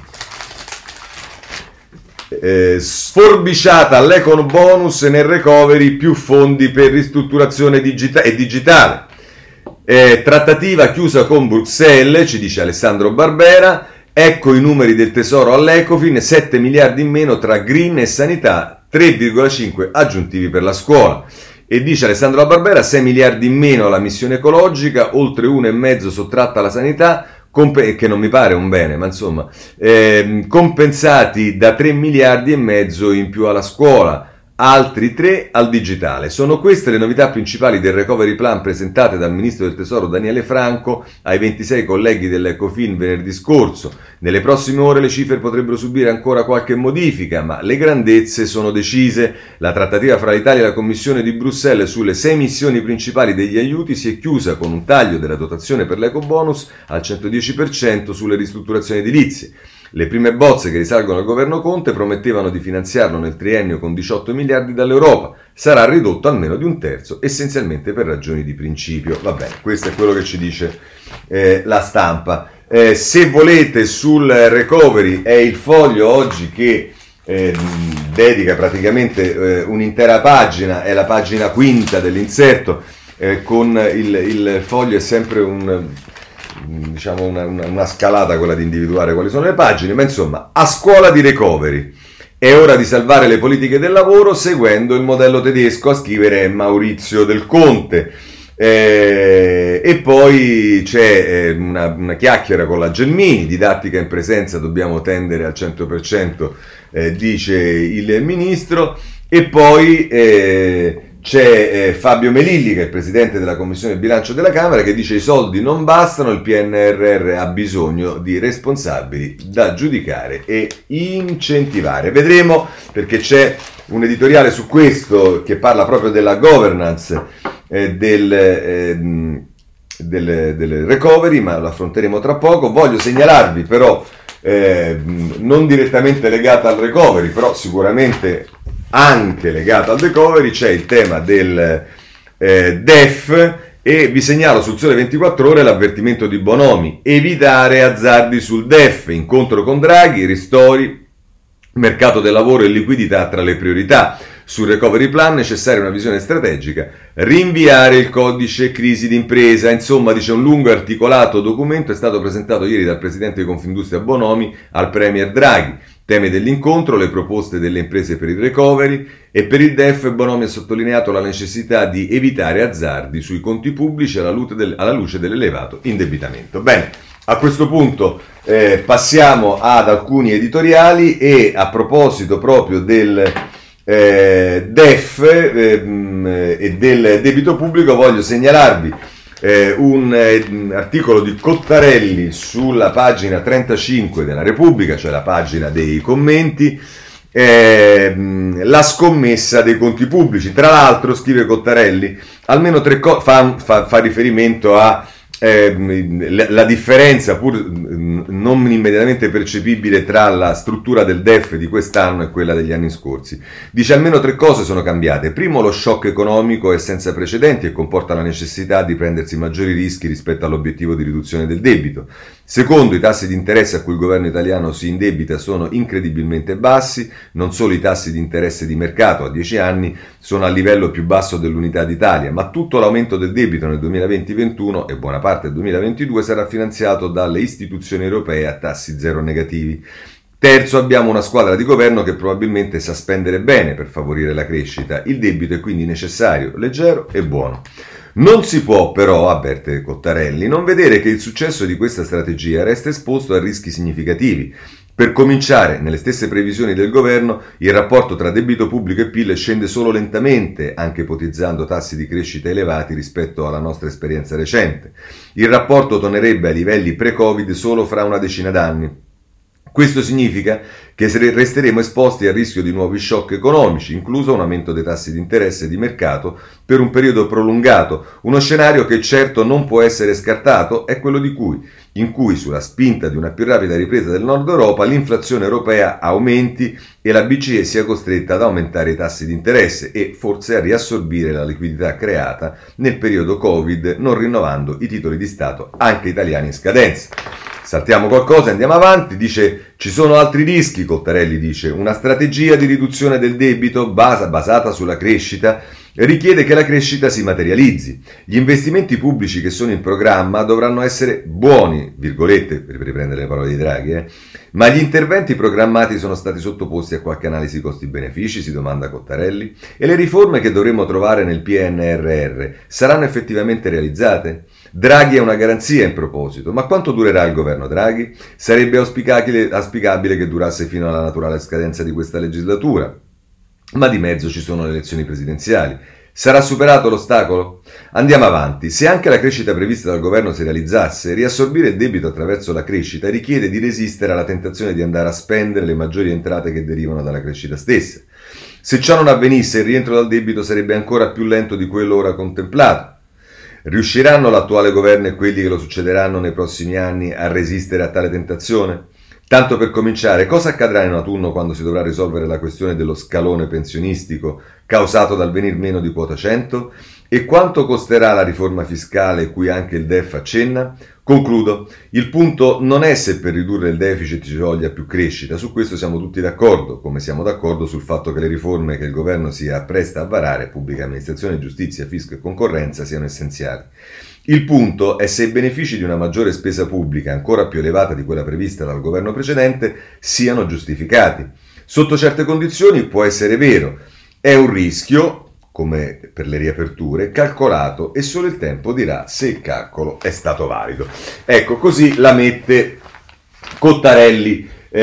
Eh, sforbiciata all'econ bonus nel recovery, più fondi per ristrutturazione digita- e digitale. Eh, trattativa chiusa con Bruxelles, ci dice Alessandro Barbera. Ecco i numeri del tesoro all'Ecofin: sette miliardi in meno tra green e sanità, tre virgola cinque aggiuntivi per la scuola. E dice Alessandro Barbera: sei miliardi in meno alla missione ecologica, oltre uno e mezzo sottratta alla sanità, comp- che non mi pare un bene, ma insomma, eh, compensati da tre miliardi e mezzo in più alla scuola, altri tre al digitale. Sono queste le novità principali del recovery plan presentate dal ministro del Tesoro Daniele Franco ai ventisei colleghi dell'Ecofin venerdì scorso. Nelle prossime ore le cifre potrebbero subire ancora qualche modifica, ma le grandezze sono decise. La trattativa fra l'Italia e la Commissione di Bruxelles sulle sei missioni principali degli aiuti si è chiusa con un taglio della dotazione per l'ecobonus al centodieci per cento sulle ristrutturazioni edilizie. Le prime bozze che risalgono al governo Conte promettevano di finanziarlo nel triennio con diciotto miliardi dall'Europa. Sarà ridotto almeno di un terzo, essenzialmente per ragioni di principio. Va bene, questo è quello che ci dice eh, la stampa. Eh, se volete sul recovery è il Foglio oggi che eh, dedica praticamente eh, un'intera pagina, è la pagina quinta dell'inserto, eh, con il, il Foglio è sempre un... diciamo una, una, una scalata quella di individuare quali sono le pagine, ma insomma, a scuola di recovery è ora di salvare le politiche del lavoro seguendo il modello tedesco, a scrivere Maurizio Del Conte. Eh, e poi c'è eh, una, una chiacchiera con la Gelmini, didattica in presenza dobbiamo tendere al cento per cento, eh, dice il ministro, e poi eh, c'è eh, Fabio Melilli, che è il presidente della Commissione Bilancio della Camera, che dice i soldi non bastano, il P N R R ha bisogno di responsabili da giudicare e incentivare. Vedremo, perché c'è un editoriale su questo che parla proprio della governance eh, del, eh, del, del recovery, ma lo affronteremo tra poco. Voglio segnalarvi però, eh, non direttamente legata al recovery, però sicuramente anche legato al recovery, c'è il tema del eh, D E F, e vi segnalo sul Sole ventiquattro Ore l'avvertimento di Bonomi: evitare azzardi sul D E F, incontro con Draghi, ristori, mercato del lavoro e liquidità tra le priorità. Sul recovery plan necessaria una visione strategica, rinviare il codice crisi d'impresa. Insomma, dice, un lungo e articolato documento è stato presentato ieri dal presidente di Confindustria Bonomi al premier Draghi. Temi dell'incontro, le proposte delle imprese per il recovery, e per il D E F Bonomi ha sottolineato la necessità di evitare azzardi sui conti pubblici alla luce, del, alla luce dell'elevato indebitamento. Bene, a questo punto eh, passiamo ad alcuni editoriali, e a proposito proprio del eh, D E F eh, e del debito pubblico voglio segnalarvi Eh, un eh, articolo di Cottarelli sulla pagina trentacinque della Repubblica, cioè la pagina dei commenti, eh, la scommessa dei conti pubblici. Tra l'altro, scrive Cottarelli, almeno tre cose, fa, fa, fa riferimento a eh, la, la differenza pur non immediatamente percepibile tra la struttura del D E F di quest'anno e quella degli anni scorsi. Dice almeno tre cose sono cambiate. Primo, lo shock economico è senza precedenti e comporta la necessità di prendersi maggiori rischi rispetto all'obiettivo di riduzione del debito. Secondo, i tassi di interesse a cui il governo italiano si indebita sono incredibilmente bassi. Non solo i tassi di interesse di mercato a dieci anni sono al livello più basso dell'unità d'Italia, ma tutto l'aumento del debito nel duemilaventi ventuno e buona parte del duemilaventidue sarà finanziato dalle istituzioni europee a tassi zero negativi. Terzo, abbiamo una squadra di governo che probabilmente sa spendere bene per favorire la crescita. Il debito è quindi necessario, leggero e buono. Non si può però, avverte Cottarelli, non vedere che il successo di questa strategia resta esposto a rischi significativi. Per cominciare, nelle stesse previsioni del governo, il rapporto tra debito pubblico e P I L scende solo lentamente, anche ipotizzando tassi di crescita elevati rispetto alla nostra esperienza recente. Il rapporto tornerebbe ai livelli pre-Covid solo fra una decina d'anni. Questo significa che resteremo esposti al rischio di nuovi shock economici, incluso un aumento dei tassi di interesse di mercato per un periodo prolungato. Uno scenario che certo non può essere scartato è quello di cui, in cui sulla spinta di una più rapida ripresa del Nord Europa l'inflazione europea aumenti e la B C E sia costretta ad aumentare i tassi di interesse e forse a riassorbire la liquidità creata nel periodo Covid, non rinnovando i titoli di Stato anche italiani in scadenza. Saltiamo qualcosa e andiamo avanti. Dice, ci sono altri rischi, Cottarelli dice, una strategia di riduzione del debito basa, basata sulla crescita richiede che la crescita si materializzi. Gli investimenti pubblici che sono in programma dovranno essere buoni, virgolette, per riprendere le parole di Draghi, eh? Ma gli interventi programmati sono stati sottoposti a qualche analisi costi-benefici, si domanda Cottarelli, e le riforme che dovremmo trovare nel P N R R saranno effettivamente realizzate? Draghi è una garanzia in proposito, ma quanto durerà il governo Draghi? Sarebbe auspicabile, auspicabile che durasse fino alla naturale scadenza di questa legislatura, ma di mezzo ci sono le elezioni presidenziali. Sarà superato l'ostacolo? Andiamo avanti. Se anche la crescita prevista dal governo si realizzasse, riassorbire il debito attraverso la crescita richiede di resistere alla tentazione di andare a spendere le maggiori entrate che derivano dalla crescita stessa. Se ciò non avvenisse, il rientro dal debito sarebbe ancora più lento di quello ora contemplato. Riusciranno l'attuale governo e quelli che lo succederanno nei prossimi anni a resistere a tale tentazione? Tanto per cominciare, cosa accadrà in autunno quando si dovrà risolvere la questione dello scalone pensionistico causato dal venir meno di quota cento? E quanto costerà la riforma fiscale cui anche il D E F accenna? Concludo, il punto non è se per ridurre il deficit ci voglia più crescita, su questo siamo tutti d'accordo, come siamo d'accordo sul fatto che le riforme che il governo si appresta a varare, pubblica amministrazione, giustizia, fisco e concorrenza, siano essenziali. Il punto è se i benefici di una maggiore spesa pubblica, ancora più elevata di quella prevista dal governo precedente, siano giustificati. Sotto certe condizioni può essere vero, è un rischio, come per le riaperture, calcolato e solo il tempo dirà se il calcolo è stato valido. Ecco, così la mette Cottarelli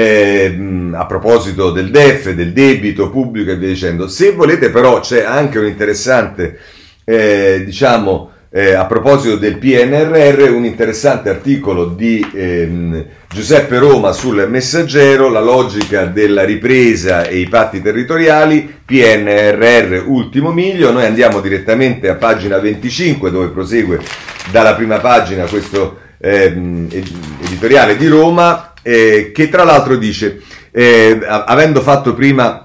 eh, a proposito del D E F, del debito pubblico e via dicendo. Se volete però c'è anche un interessante, eh, diciamo, Eh, a proposito del P N R R, un interessante articolo di ehm, Giuseppe Roma sul Messaggero, la logica della ripresa e i patti territoriali, P N R R ultimo miglio. Noi andiamo direttamente a pagina venticinque, dove prosegue dalla prima pagina questo ehm, editoriale di Roma, eh, che tra l'altro dice, eh, avendo fatto prima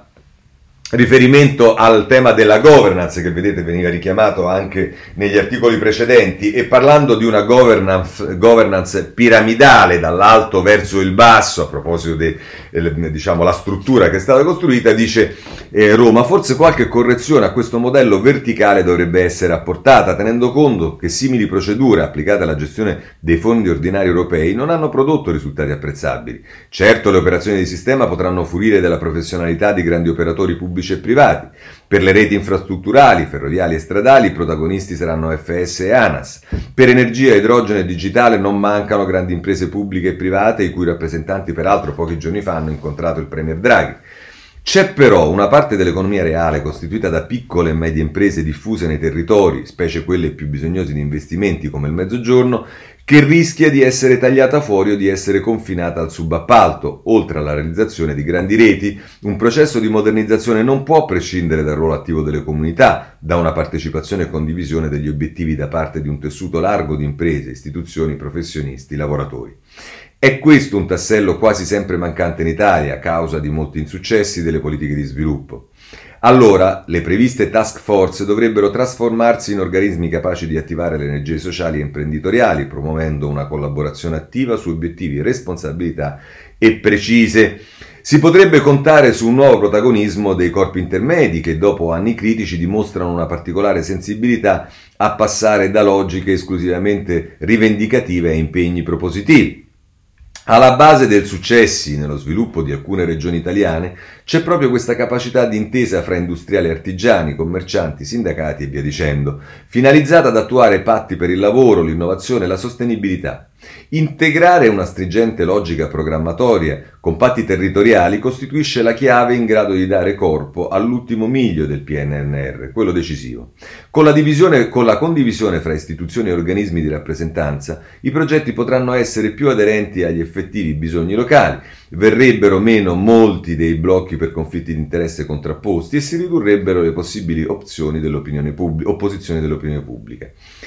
riferimento al tema della governance, che vedete veniva richiamato anche negli articoli precedenti, e parlando di una governance, governance piramidale dall'alto verso il basso, a proposito di eh, diciamo, la struttura che è stata costruita, dice eh, Roma, forse qualche correzione a questo modello verticale dovrebbe essere apportata, tenendo conto che simili procedure applicate alla gestione dei fondi ordinari europei non hanno prodotto risultati apprezzabili. Certo, le operazioni di sistema potranno fruire della professionalità di grandi operatori pubblici e privati. Per le reti infrastrutturali, ferroviali e stradali, i protagonisti saranno F S e ANAS. Per energia, idrogeno e digitale non mancano grandi imprese pubbliche e private, i cui rappresentanti peraltro pochi giorni fa hanno incontrato il Premier Draghi. C'è però una parte dell'economia reale costituita da piccole e medie imprese diffuse nei territori, specie quelle più bisognose di investimenti come il Mezzogiorno, che rischia di essere tagliata fuori o di essere confinata al subappalto. Oltre alla realizzazione di grandi reti, un processo di modernizzazione non può prescindere dal ruolo attivo delle comunità, da una partecipazione e condivisione degli obiettivi da parte di un tessuto largo di imprese, istituzioni, professionisti, lavoratori. È questo un tassello quasi sempre mancante in Italia, a causa di molti insuccessi delle politiche di sviluppo. Allora, le previste task force dovrebbero trasformarsi in organismi capaci di attivare le energie sociali e imprenditoriali, promuovendo una collaborazione attiva su obiettivi, responsabilità e precise. Si potrebbe contare su un nuovo protagonismo dei corpi intermedi che dopo anni critici dimostrano una particolare sensibilità a passare da logiche esclusivamente rivendicative a impegni propositivi. Alla base dei successi nello sviluppo di alcune regioni italiane c'è proprio questa capacità di intesa fra industriali e artigiani, commercianti, sindacati e via dicendo, finalizzata ad attuare patti per il lavoro, l'innovazione e la sostenibilità. Integrare una stringente logica programmatoria con patti territoriali costituisce la chiave in grado di dare corpo all'ultimo miglio del P N R R, quello decisivo. Con la divisione, con la condivisione fra istituzioni e organismi di rappresentanza, i progetti potranno essere più aderenti agli effettivi bisogni locali, verrebbero meno molti dei blocchi per conflitti di interesse contrapposti e si ridurrebbero le possibili opzioni dell'opinione pubblica, opposizioni dell'opinione pubblica.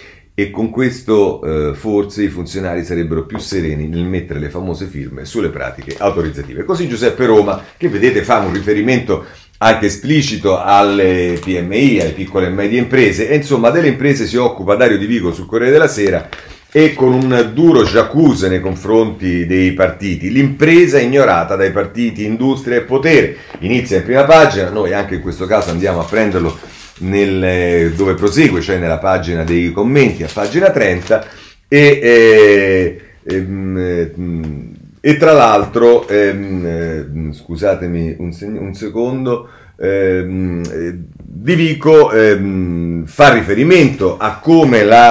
E con questo eh, forse i funzionari sarebbero più sereni nel mettere le famose firme sulle pratiche autorizzative. Così Giuseppe Roma, che vedete fa un riferimento anche esplicito alle P M I, alle piccole e medie imprese, e insomma delle imprese si occupa Dario Di Vico sul Corriere della Sera, e con un duro j'accuse nei confronti dei partiti. L'impresa ignorata dai partiti, industria e potere. Inizia in prima pagina, noi anche in questo caso andiamo a prenderlo nel, dove prosegue, cioè nella pagina dei commenti, a pagina trenta, e, e, e, e tra l'altro, e, scusatemi un, un secondo, e, Di Vico e, fa riferimento a come la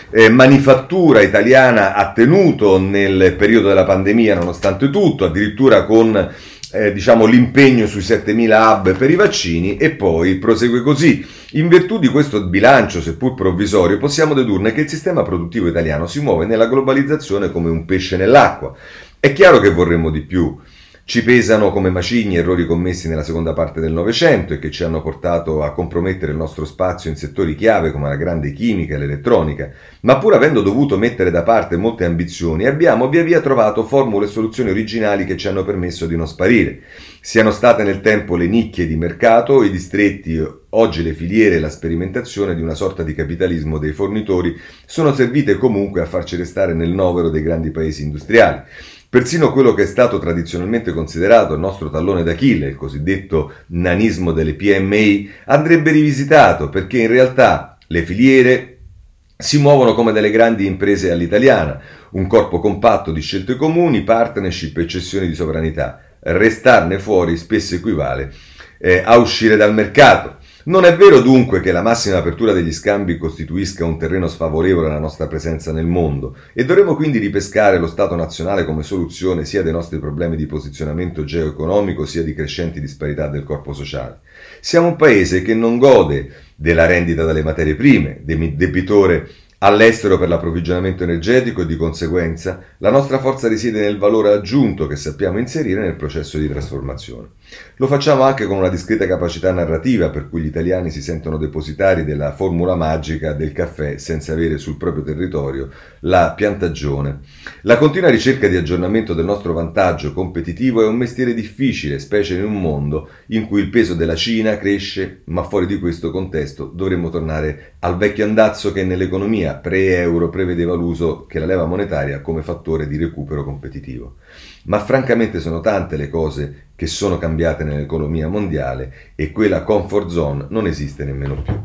eh, manifattura italiana ha tenuto nel periodo della pandemia nonostante tutto, addirittura con eh, diciamo l'impegno sui settemila hub per i vaccini, e poi prosegue così. In virtù di questo bilancio, seppur provvisorio, possiamo dedurne che il sistema produttivo italiano si muove nella globalizzazione come un pesce nell'acqua. È chiaro che vorremmo di più. Ci pesano come macigni errori commessi nella seconda parte del Novecento e che ci hanno portato a compromettere il nostro spazio in settori chiave come la grande chimica e l'elettronica, ma pur avendo dovuto mettere da parte molte ambizioni, abbiamo via via trovato formule e soluzioni originali che ci hanno permesso di non sparire. Siano state nel tempo le nicchie di mercato, i distretti, oggi le filiere e la sperimentazione di una sorta di capitalismo dei fornitori sono servite comunque a farci restare nel novero dei grandi paesi industriali. Persino quello che è stato tradizionalmente considerato il nostro tallone d'Achille, il cosiddetto nanismo delle P M I, andrebbe rivisitato, perché in realtà le filiere si muovono come delle grandi imprese all'italiana, un corpo compatto di scelte comuni, partnership e cessioni di sovranità. Restarne fuori spesso equivale eh, a uscire dal mercato. Non è vero dunque che la massima apertura degli scambi costituisca un terreno sfavorevole alla nostra presenza nel mondo, e dovremo quindi ripescare lo Stato nazionale come soluzione sia dei nostri problemi di posizionamento geoeconomico sia di crescenti disparità del corpo sociale. Siamo un paese che non gode della rendita dalle materie prime, debitore all'estero per l'approvvigionamento energetico, e di conseguenza la nostra forza risiede nel valore aggiunto che sappiamo inserire nel processo di trasformazione. Lo facciamo anche con una discreta capacità narrativa per cui gli italiani si sentono depositari della formula magica del caffè senza avere sul proprio territorio la piantagione. La continua ricerca di aggiornamento del nostro vantaggio competitivo è un mestiere difficile, specie in un mondo in cui il peso della Cina cresce, ma fuori di questo contesto dovremmo tornare al vecchio andazzo che nell'economia pre-euro prevedeva l'uso che la leva monetaria come fattore di recupero competitivo. Ma francamente sono tante le cose che sono cambiate nell'economia mondiale e quella comfort zone non esiste nemmeno più.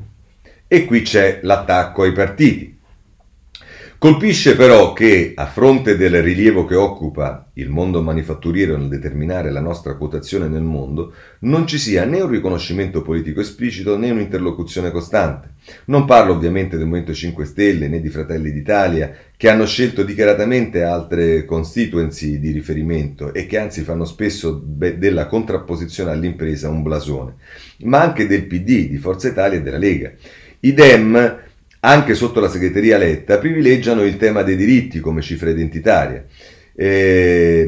E qui c'è l'attacco ai partiti. Colpisce però che, a fronte del rilievo che occupa il mondo manifatturiero nel determinare la nostra quotazione nel mondo, non ci sia né un riconoscimento politico esplicito né un'interlocuzione costante. Non parlo ovviamente del Movimento cinque Stelle né di Fratelli d'Italia, che hanno scelto dichiaratamente altre constituency di riferimento e che anzi fanno spesso be- della contrapposizione all'impresa un blasone, ma anche del P D, di Forza Italia e della Lega. I Dem, anche sotto la segreteria Letta, privilegiano il tema dei diritti come cifra identitaria. Eh,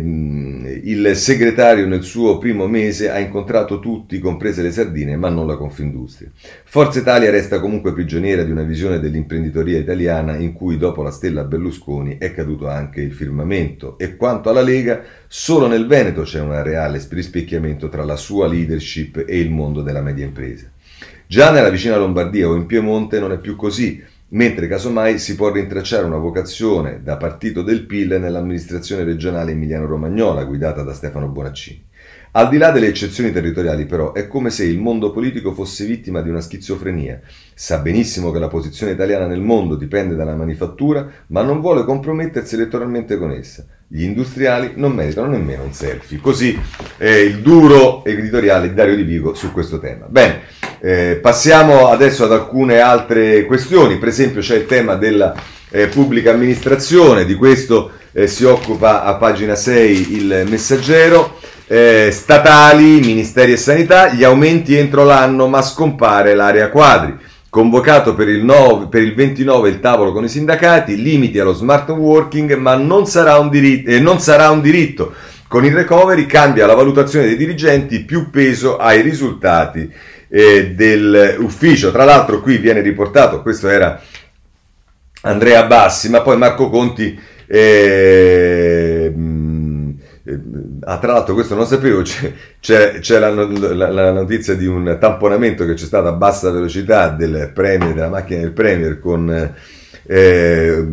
il segretario nel suo primo mese ha incontrato tutti, comprese le sardine, ma non la Confindustria. Forza Italia resta comunque prigioniera di una visione dell'imprenditoria italiana in cui dopo la stella Berlusconi è caduto anche il firmamento, e quanto alla Lega, solo nel Veneto c'è un reale rispecchiamento tra la sua leadership e il mondo della media impresa. Già nella vicina Lombardia o in Piemonte non è più così, mentre casomai si può rintracciare una vocazione da partito del P I L nell'amministrazione regionale emiliano-romagnola guidata da Stefano Bonaccini. Al di là delle eccezioni territoriali, però, è come se il mondo politico fosse vittima di una schizofrenia. Sa benissimo che la posizione italiana nel mondo dipende dalla manifattura, ma non vuole compromettersi elettoralmente con essa. Gli industriali non meritano nemmeno un selfie. Così eh, il duro editoriale di Dario Di Vigo su questo tema. Bene, eh, passiamo adesso ad alcune altre questioni. Per esempio c'è il tema della eh, pubblica amministrazione, di questo eh, si occupa a pagina sei il Messaggero. Eh, statali, ministeri e sanità, gli aumenti entro l'anno, ma scompare l'area quadri. Convocato per il, nove, per il ventinove il tavolo con i sindacati, limiti allo smart working, ma non sarà un diritto, eh, non sarà un diritto. Con il recovery cambia la valutazione dei dirigenti, più peso ai risultati eh, dell'ufficio. Tra l'altro qui viene riportato, questo era Andrea Bassi, ma poi Marco Conti eh, Ah, tra l'altro questo non sapevo, c'è, c'è, c'è la, la, la notizia di un tamponamento che c'è stato a bassa velocità del Premier, della macchina del Premier con eh,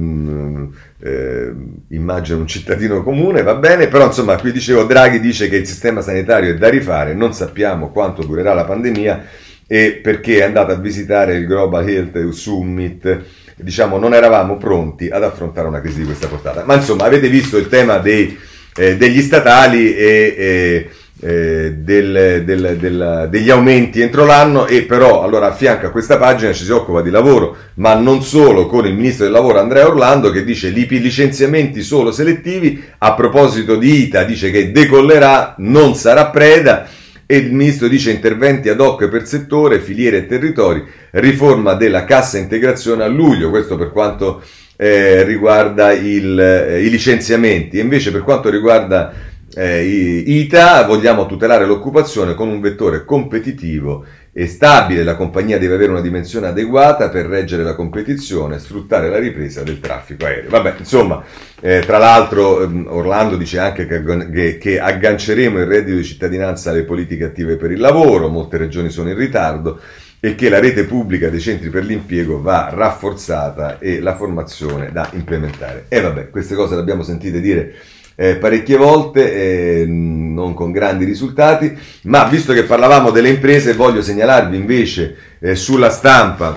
eh, immagino un cittadino comune, va bene, però insomma qui dicevo Draghi dice che il sistema sanitario è da rifare, non sappiamo quanto durerà la pandemia e perché è andato a visitare il Global Health Summit, diciamo non eravamo pronti ad affrontare una crisi di questa portata, ma insomma avete visto il tema dei Eh, degli statali e eh, eh, del, del, del, degli aumenti entro l'anno, e però allora a fianco a questa pagina ci si occupa di lavoro, ma non solo, con il ministro del lavoro Andrea Orlando che dice licenziamenti solo selettivi. A proposito di I T A dice che decollerà, non sarà preda. E il ministro dice interventi ad hoc per settore, filiere e territori, riforma della cassa integrazione a luglio. Questo per quanto eh, riguarda il, eh, i licenziamenti. E invece per quanto riguarda eh, I T A vogliamo tutelare l'occupazione con un vettore competitivo e stabile. La compagnia deve avere una dimensione adeguata per reggere la competizione, sfruttare la ripresa del traffico aereo. Vabbè, insomma, eh, tra l'altro eh, Orlando dice anche che, che, che agganceremo il reddito di cittadinanza alle politiche attive per il lavoro, molte regioni sono in ritardo, e che la rete pubblica dei centri per l'impiego va rafforzata e la formazione da implementare. E vabbè, queste cose le abbiamo sentite dire Eh, parecchie volte, eh, non con grandi risultati, ma visto che parlavamo delle imprese voglio segnalarvi invece eh, sulla Stampa,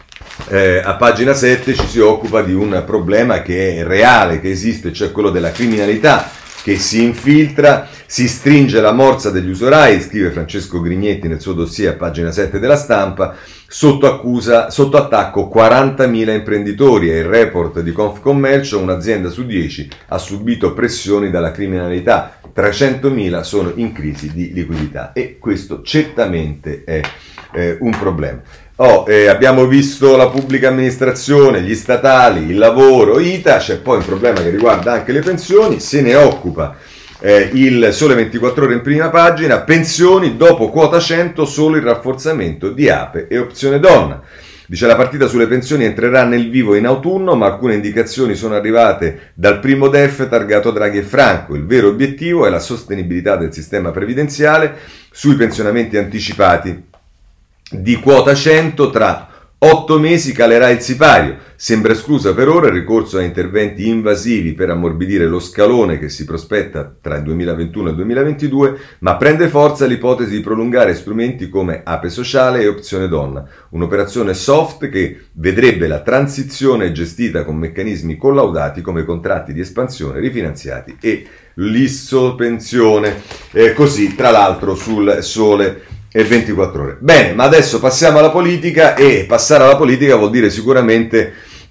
eh, a pagina sette ci si occupa di un problema che è reale, che esiste, cioè quello della criminalità che si infiltra, si stringe la morsa degli usurai, scrive Francesco Grignetti nel suo dossier a pagina sette della Stampa. Sotto accusa, sotto attacco quarantamila imprenditori. È il report di Confcommercio, un'azienda su dieci ha subito pressioni dalla criminalità, trecentomila sono in crisi di liquidità, e questo certamente è eh, un problema. Oh, eh, abbiamo visto la pubblica amministrazione, gli statali, il lavoro, I T A, c'è poi un problema che riguarda anche le pensioni, se ne occupa Eh, il Sole ventiquattro Ore in prima pagina. Pensioni, dopo quota cento solo il rafforzamento di A P E e Opzione Donna. Dice la partita sulle pensioni entrerà nel vivo in autunno, ma alcune indicazioni sono arrivate dal primo D E F targato Draghi e Franco. Il vero obiettivo è la sostenibilità del sistema previdenziale sui pensionamenti anticipati di quota cento. Tra otto mesi calerà il sipario. Sembra esclusa per ora il ricorso a interventi invasivi per ammorbidire lo scalone che si prospetta tra il duemilaventuno e il duemilaventidue, ma prende forza l'ipotesi di prolungare strumenti come A P E sociale e Opzione Donna, un'operazione soft che vedrebbe la transizione gestita con meccanismi collaudati come contratti di espansione rifinanziati e l'issopensione. Eh, così, tra l'altro, sul Sole e ventiquattro Ore. Bene, ma adesso passiamo alla politica, e passare alla politica vuol dire sicuramente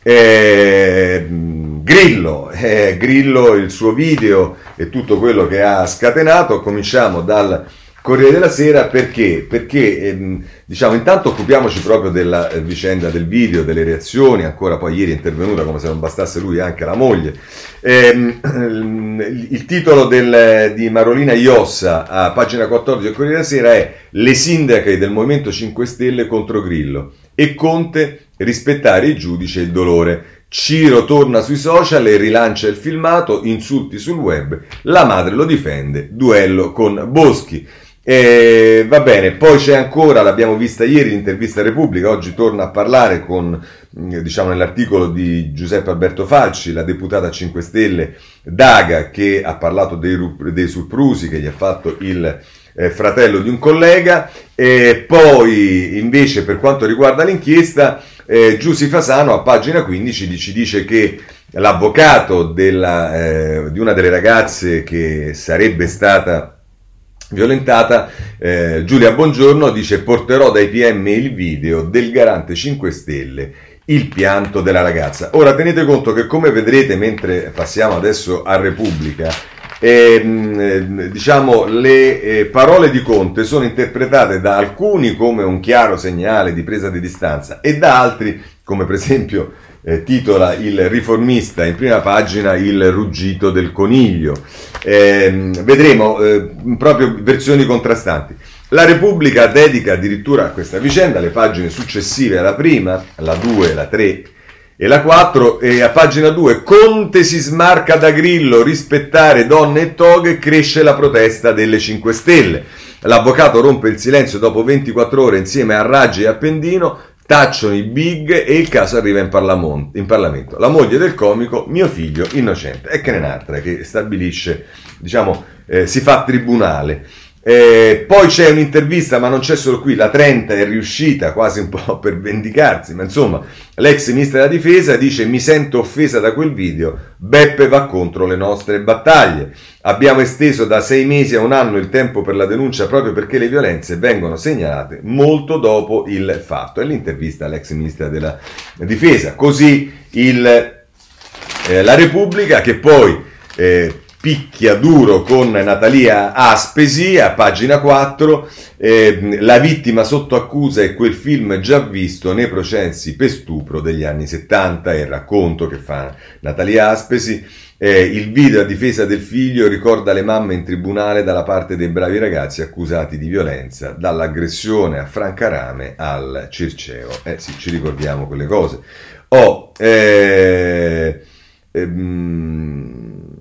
eh, Grillo, eh, Grillo, il suo video e tutto quello che ha scatenato. Cominciamo dal Corriere della Sera, perché? Perché ehm, diciamo intanto occupiamoci proprio della eh, vicenda del video, delle reazioni. Ancora poi ieri è intervenuta, come se non bastasse lui, anche la moglie. Ehm, il titolo del, di Marolina Iossa a pagina quattordici del Corriere della Sera è "Le sindache del Movimento cinque Stelle contro Grillo e Conte, rispettare il giudice e il dolore. Ciro torna sui social e rilancia il filmato, insulti sul web, la madre lo difende, duello con Boschi". E va bene, poi c'è ancora, l'abbiamo vista ieri, l'intervista a Repubblica, oggi torna a parlare con, diciamo nell'articolo di Giuseppe Alberto Falci, la deputata cinque Stelle Daga, che ha parlato dei, dei soprusi che gli ha fatto il eh, fratello di un collega. E poi invece per quanto riguarda l'inchiesta, eh, Giusy Fasano a pagina quindici ci dice che l'avvocato della, eh, di una delle ragazze che sarebbe stata violentata, eh, Giulia Bongiorno, dice: "Porterò dai P M il video del garante cinque Stelle, il pianto della ragazza". Ora tenete conto che, come vedrete mentre passiamo adesso a Repubblica, eh, diciamo le eh, parole di Conte sono interpretate da alcuni come un chiaro segnale di presa di distanza e da altri, come per esempio Eh, titola il Riformista in prima pagina, "Il ruggito del coniglio". Eh, vedremo eh, proprio versioni contrastanti. La Repubblica dedica addirittura a questa vicenda le pagine successive alla prima, la due, la tre e la quattro, e a pagina due: "Conte si smarca da Grillo, rispettare donne e toghe, cresce la protesta delle cinque Stelle. L'avvocato rompe il silenzio dopo ventiquattro ore insieme a Raggi e Appendino, tacciono i big e il caso arriva in, parlamon- in Parlamento. La moglie del comico, mio figlio innocente". E che n'è un'altra che stabilisce, diciamo, eh, si fa tribunale. Eh, poi c'è un'intervista, ma non c'è solo qui, la trenta è riuscita quasi un po' per vendicarsi, ma insomma, l'ex ministra della difesa dice: mi sento offesa da quel video, Beppe va contro le nostre battaglie, abbiamo esteso da sei mesi a un anno il tempo per la denuncia proprio perché le violenze vengono segnalate molto dopo il fatto. È l'intervista all'ex ministra della difesa. Così il, eh, la Repubblica, che poi eh, picchia duro con Natalia Aspesi a pagina quattro, eh, la vittima sotto accusa è quel film già visto nei processi per stupro degli anni settanta, è il racconto che fa Natalia Aspesi. Eh, il video a difesa del figlio ricorda le mamme in tribunale dalla parte dei bravi ragazzi accusati di violenza, dall'aggressione a Francarame al Circeo. Eh sì, ci ricordiamo quelle cose. Oh, eh, ehm,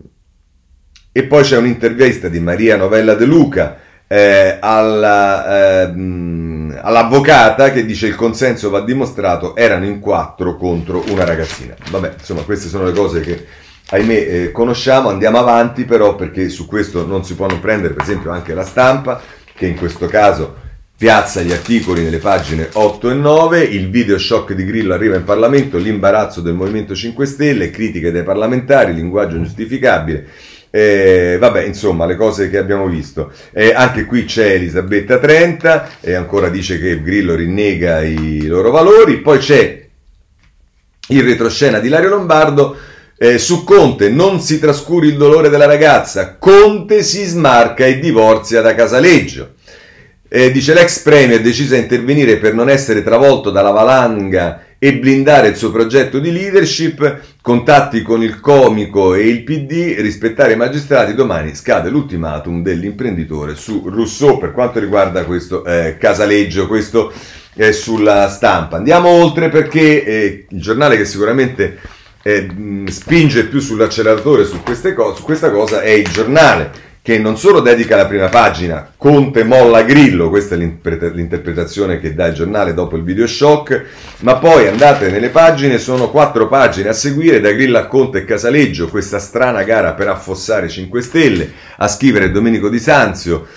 E poi c'è un'intervista di Maria Novella De Luca eh, alla, ehm, all'avvocata che dice: il consenso va dimostrato, erano in quattro contro una ragazzina. Vabbè, insomma, queste sono le cose che, ahimè, eh, conosciamo. Andiamo avanti però, perché su questo non si può non prendere, per esempio, anche La Stampa, che in questo caso piazza gli articoli nelle pagine otto e nove. Il video shock di Grillo arriva in Parlamento, l'imbarazzo del Movimento cinque Stelle, critiche dai parlamentari, linguaggio ingiustificabile. Eh, vabbè, insomma, le cose che abbiamo visto. Eh, anche qui c'è Elisabetta trenta, e ancora dice che Grillo rinnega i loro valori. Poi c'è il retroscena di Ilario Lombardo. Eh, su Conte: non si trascuri il dolore della ragazza, Conte si smarca e divorzia da Casaleggio. Eh, dice: l'ex premier decise a intervenire per non essere travolto dalla valanga e blindare il suo progetto di leadership, contatti con il comico e il P D, rispettare i magistrati, domani scade l'ultimatum dell'imprenditore su Rousseau. Per quanto riguarda questo eh, Casaleggio, questo è sulla Stampa. Andiamo oltre, perché eh, il giornale che sicuramente eh, spinge più sull'acceleratore su, queste co- su questa cosa è Il Giornale, che non solo dedica la prima pagina, Conte molla Grillo, questa è l'interpretazione che dà il giornale dopo il video shock, ma poi andate nelle pagine, sono quattro pagine a seguire, da Grillo a Conte e Casaleggio, questa strana gara per affossare cinque Stelle, a scrivere Domenico Di Sanzio.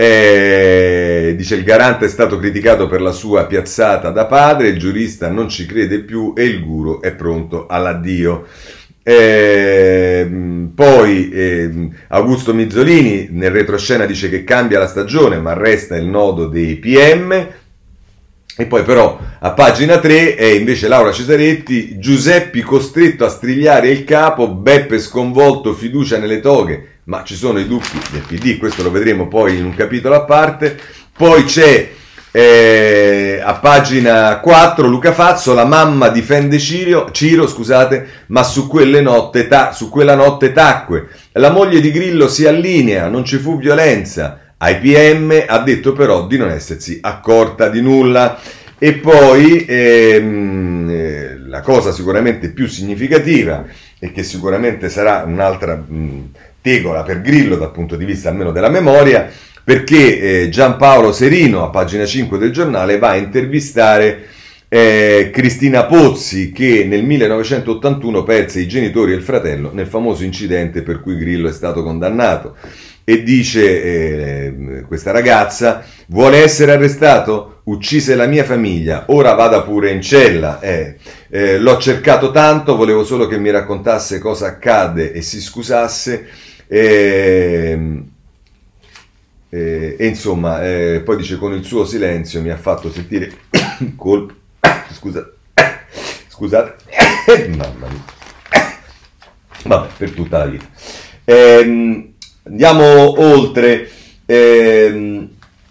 Eh, dice: il garante è stato criticato per la sua piazzata da padre, il giurista non ci crede più e il guru è pronto all'addio. Eh, poi eh, Augusto Mizzolini nel retroscena dice che cambia la stagione ma resta il nodo dei P M. E poi però a pagina tre è invece Laura Cesaretti: Giuseppi costretto a strigliare il capo, Beppe sconvolto, fiducia nelle toghe, ma ci sono i dubbi del P D, questo lo vedremo poi in un capitolo a parte. Poi c'è Eh, a pagina quattro Luca Fazzo: la mamma difende Ciro, Ciro scusate, ma su, quelle notte ta- su quella notte tacque, la moglie di Grillo si allinea, non ci fu violenza, ai P M ha detto però di non essersi accorta di nulla. E poi ehm, eh, la cosa sicuramente più significativa, e che sicuramente sarà un'altra mh, tegola per Grillo dal punto di vista almeno della memoria, perché eh, Giampaolo Serino a pagina cinque del giornale va a intervistare eh, Cristina Pozzi, che nel millenovecentottantuno perse i genitori e il fratello nel famoso incidente per cui Grillo è stato condannato, e dice eh, questa ragazza: vuole essere arrestato? Uccise la mia famiglia, ora vada pure in cella. Eh, eh, l'ho cercato tanto, volevo solo che mi raccontasse cosa accadde e si scusasse. Eh, Eh, e insomma, eh, poi dice: con il suo silenzio mi ha fatto sentire colpa. Scusa, scusate, mamma mia, vabbè, per tutta la vita. Eh, andiamo oltre, eh,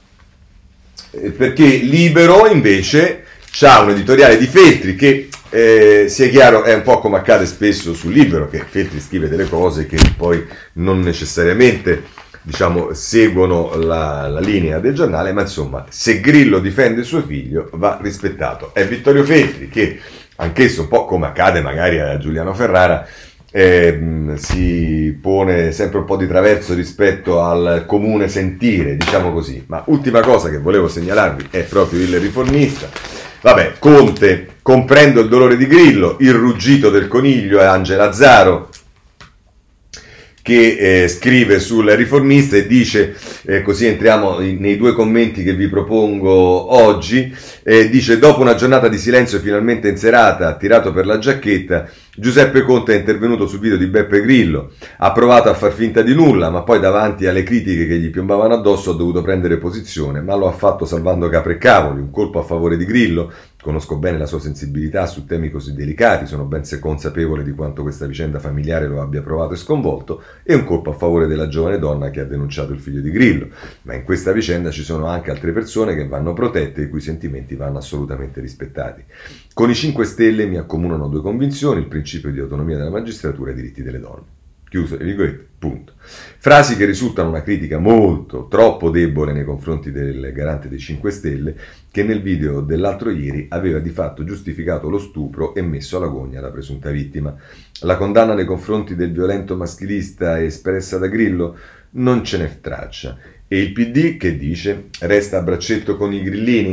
perché Libero invece c'ha un editoriale di Feltri che, eh, sia chiaro, è un po' come accade spesso sul Libero, che Feltri scrive delle cose che poi non necessariamente, diciamo, seguono la, la linea del giornale, ma insomma, se Grillo difende suo figlio va rispettato. È Vittorio Feltri che, anch'esso un po' come accade magari a Giuliano Ferrara, eh, si pone sempre un po' di traverso rispetto al comune sentire, diciamo così. Ma ultima cosa che volevo segnalarvi è proprio il Riformista. Vabbè, Conte: comprendo il dolore di Grillo, il ruggito del coniglio, e Angela Azzaro, che eh, scrive sul Riformista e dice, eh, così entriamo in, nei due commenti che vi propongo oggi, eh, dice: dopo una giornata di silenzio finalmente in serata, tirato per la giacchetta, Giuseppe Conte è intervenuto sul video di Beppe Grillo, ha provato a far finta di nulla, ma poi davanti alle critiche che gli piombavano addosso ha dovuto prendere posizione, ma lo ha fatto salvando capre e cavoli, un colpo a favore di Grillo. Conosco bene la sua sensibilità su temi così delicati, sono ben consapevole di quanto questa vicenda familiare lo abbia provato e sconvolto, e un colpo a favore della giovane donna che ha denunciato il figlio di Grillo. Ma in questa vicenda ci sono anche altre persone che vanno protette e i cui sentimenti vanno assolutamente rispettati. Con i cinque Stelle mi accomunano due convinzioni: il principio di autonomia della magistratura e i diritti delle donne. Chiuso le virgolette, punto. Frasi che risultano una critica molto, troppo debole nei confronti del garante dei cinque Stelle, che nel video dell'altro ieri aveva di fatto giustificato lo stupro e messo alla gogna la presunta vittima. La condanna nei confronti del violento maschilista espressa da Grillo non ce n'è traccia. E il P D che dice? Resta a braccetto con i grillini.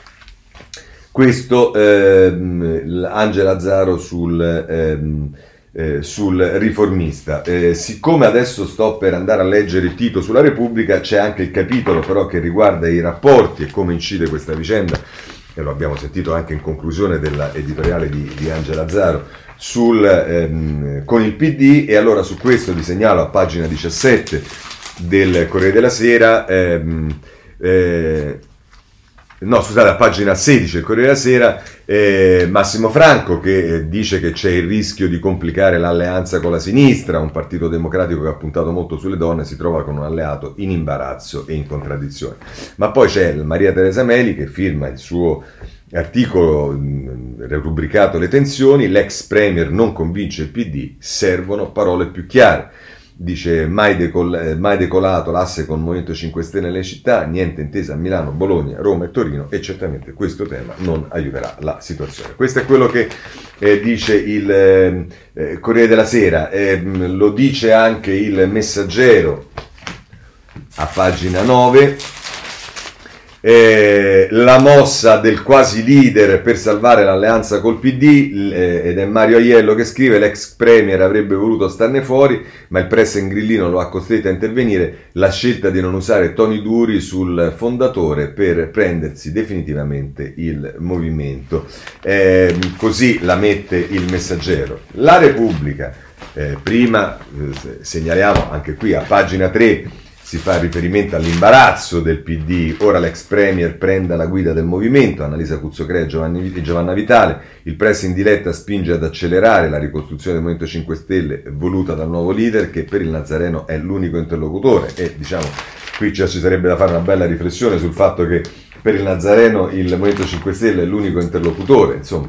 Questo ehm, Angela Zaro sul... Ehm, Eh, sul Riformista. Eh, siccome adesso sto per andare a leggere il titolo sulla Repubblica, c'è anche il capitolo però che riguarda i rapporti e come incide questa vicenda, e lo abbiamo sentito anche in conclusione dell'editoriale di, di Angela Zaro, sul, ehm, con il P D, e allora su questo vi segnalo a pagina diciassette del Corriere della Sera, ehm, eh, no scusate, a pagina sedici del Corriere della Sera, eh, Massimo Franco che eh, dice che c'è il rischio di complicare l'alleanza con la sinistra, un partito democratico che ha puntato molto sulle donne si trova con un alleato in imbarazzo e in contraddizione. Ma poi c'è Maria Teresa Meli che firma il suo articolo mh, rubricato Le tensioni, l'ex premier non convince il P D, servono parole più chiare. Dice mai, decol- mai decolato l'asse con il Movimento cinque Stelle nelle città, niente intesa a Milano, Bologna, Roma e Torino, e certamente questo tema non aiuterà la situazione. Questo è quello che eh, dice il eh, Corriere della Sera, eh, lo dice anche il Messaggero a pagina nove. Eh, la mossa del quasi leader per salvare l'alleanza col P D, eh, ed è Mario Aiello che scrive: l'ex premier avrebbe voluto starne fuori ma il pressing grillino lo ha costretto a intervenire, la scelta di non usare toni duri sul fondatore per prendersi definitivamente il movimento. Eh, così la mette il Messaggero. La Repubblica, eh, prima eh, segnaliamo anche qui a pagina tre, si fa riferimento all'imbarazzo del P D, ora l'ex premier prenda la guida del movimento, Annalisa Cuzzocrea e Giovanni, Giovanna Vitale, il pressing di Letta spinge ad accelerare la ricostruzione del Movimento cinque Stelle voluta dal nuovo leader che per il Nazareno è l'unico interlocutore, e diciamo qui ci sarebbe da fare una bella riflessione sul fatto che per il Nazareno il Movimento cinque Stelle è l'unico interlocutore, insomma.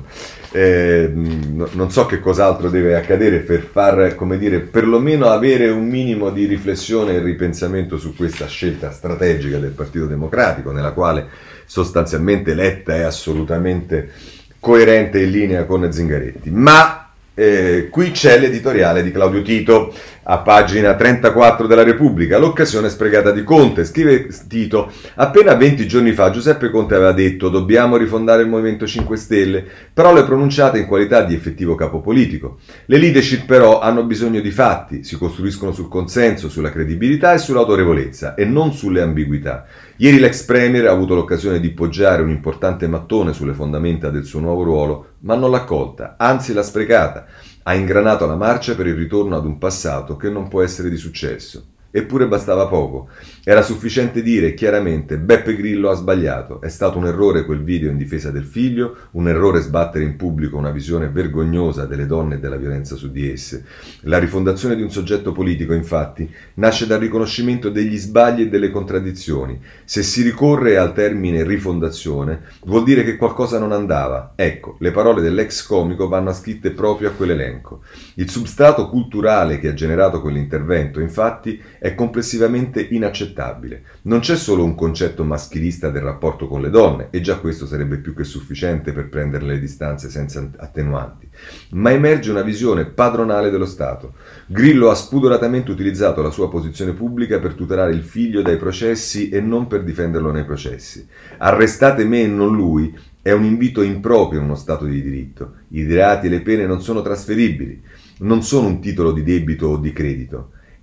Eh, non so che cos'altro deve accadere per far, come dire, perlomeno avere un minimo di riflessione e ripensamento su questa scelta strategica del Partito Democratico, nella quale sostanzialmente Letta è assolutamente coerente e in linea con Zingaretti. Ma eh, qui c'è l'editoriale di Claudio Tito a pagina trentaquattro della Repubblica, l'occasione sprecata di Conte. Scrive Tito: appena venti giorni fa Giuseppe Conte aveva detto dobbiamo rifondare il Movimento cinque Stelle, parole pronunciate in qualità di effettivo capo politico. Le leadership però hanno bisogno di fatti, si costruiscono sul consenso, sulla credibilità e sull'autorevolezza e non sulle ambiguità. Ieri l'ex premier ha avuto l'occasione di poggiare un importante mattone sulle fondamenta del suo nuovo ruolo, ma non l'ha colta, anzi l'ha sprecata. Ha ingranato la marcia per il ritorno ad un passato che non può essere di successo. Eppure bastava poco. Era sufficiente dire chiaramente: Beppe Grillo ha sbagliato, è stato un errore quel video in difesa del figlio, un errore sbattere in pubblico una visione vergognosa delle donne e della violenza su di esse. La rifondazione di un soggetto politico, infatti, nasce dal riconoscimento degli sbagli e delle contraddizioni. Se si ricorre al termine rifondazione, vuol dire che qualcosa non andava. Ecco, le parole dell'ex comico vanno ascritte proprio a quell'elenco. Il substrato culturale che ha generato quell'intervento, infatti, è complessivamente inaccettabile. Non c'è solo un concetto maschilista del rapporto con le donne, e già questo sarebbe più che sufficiente per prendere le distanze senza attenuanti, ma emerge una visione padronale dello Stato. Grillo ha spudoratamente utilizzato la sua posizione pubblica per tutelare il figlio dai processi e non per difenderlo nei processi. Arrestate me e non lui è un invito improprio in uno Stato di diritto. I reati e le pene non sono trasferibili, non sono un titolo di debito o di credito.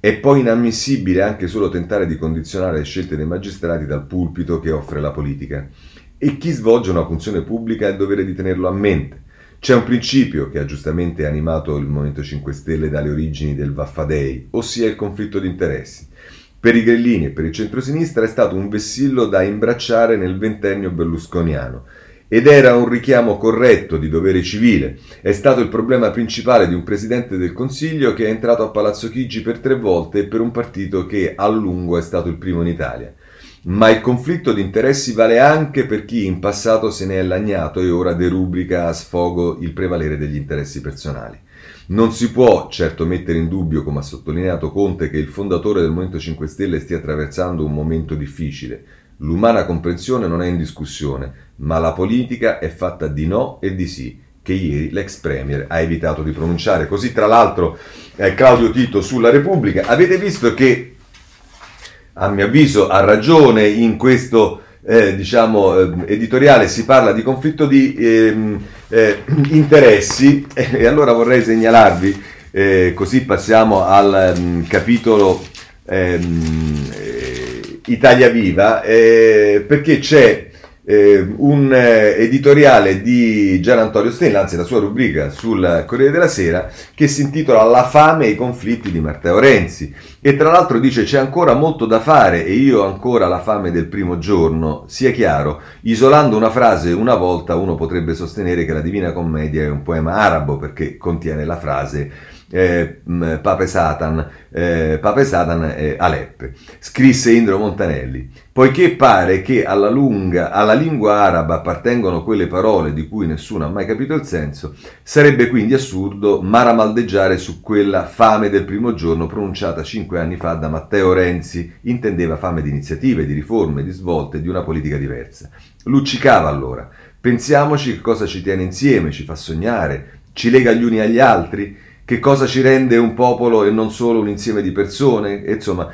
È poi inammissibile anche solo tentare di condizionare le scelte dei magistrati dal pulpito che offre la politica. E chi svolge una funzione pubblica ha il dovere di tenerlo a mente. C'è un principio che ha giustamente animato il Movimento cinque Stelle dalle origini del Vaffadei, ossia il conflitto di interessi. Per i grillini e per il centrosinistra è stato un vessillo da imbracciare nel ventennio berlusconiano. Ed era un richiamo corretto di dovere civile. È stato il problema principale di un presidente del Consiglio che è entrato a Palazzo Chigi per tre volte e per un partito che a lungo è stato il primo in Italia. Ma il conflitto di interessi vale anche per chi in passato se ne è lagnato e ora derubrica a sfogo il prevalere degli interessi personali. Non si può certo mettere in dubbio, come ha sottolineato Conte, che il fondatore del Movimento cinque Stelle stia attraversando un momento difficile. L'umana comprensione non è in discussione, ma la politica è fatta di no e di sì, che ieri l'ex premier ha evitato di pronunciare. Così tra l'altro eh, Claudio Tito sulla Repubblica. Avete visto che a mio avviso ha ragione in questo eh, diciamo eh, editoriale, si parla di conflitto di eh, eh, interessi eh, e allora vorrei segnalarvi, eh, così passiamo al um, capitolo ehm, eh, Italia Viva, eh, perché c'è eh, un eh, editoriale di Gian Antonio Stella, anzi la sua rubrica sul Corriere della Sera, che si intitola La fame e i conflitti di Matteo Renzi. E tra l'altro dice: c'è ancora molto da fare e io ho ancora la fame del primo giorno. Sia chiaro, isolando una frase una volta uno potrebbe sostenere che la Divina Commedia è un poema arabo perché contiene la frase eh, Pape Satan, eh, Pape Satan eh, Aleppe. Scrisse Indro Montanelli. Poiché pare che alla, lunga, alla lingua araba appartengono quelle parole di cui nessuno ha mai capito il senso, sarebbe quindi assurdo maramaldeggiare su quella fame del primo giorno pronunciata cinque anni fa da Matteo Renzi. Intendeva fame di iniziative, di riforme, di svolte, di una politica diversa. Luccicava allora. Pensiamoci che cosa ci tiene insieme, ci fa sognare, ci lega gli uni agli altri, che cosa ci rende un popolo e non solo un insieme di persone. E insomma,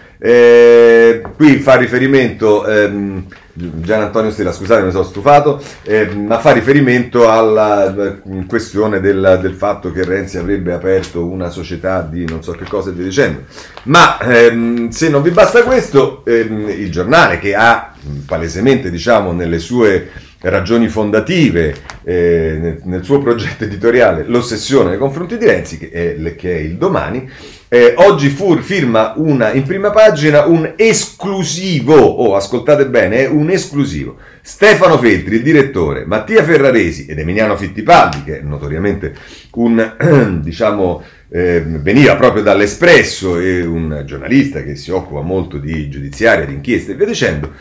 eh, qui fa riferimento ehm, Gian Antonio Stella, scusate mi sono stufato, eh, ma fa riferimento alla questione del, del fatto che Renzi avrebbe aperto una società di non so che cosa e via dicendo. Ma ehm, se non vi basta questo, ehm, il giornale, che ha palesemente, diciamo, nelle sue ragioni fondative, eh, nel, nel suo progetto editoriale, l'ossessione nei confronti di Renzi, che è, che è il Domani, eh, oggi fur, firma una, in prima pagina un esclusivo, oh ascoltate bene, è un esclusivo. Stefano Feltri, il direttore, Mattia Ferraresi ed Emiliano Fittipaldi, che è notoriamente un, diciamo, eh, veniva proprio dall'Espresso e un giornalista che si occupa molto di giudiziaria, di inchieste e via dicendo.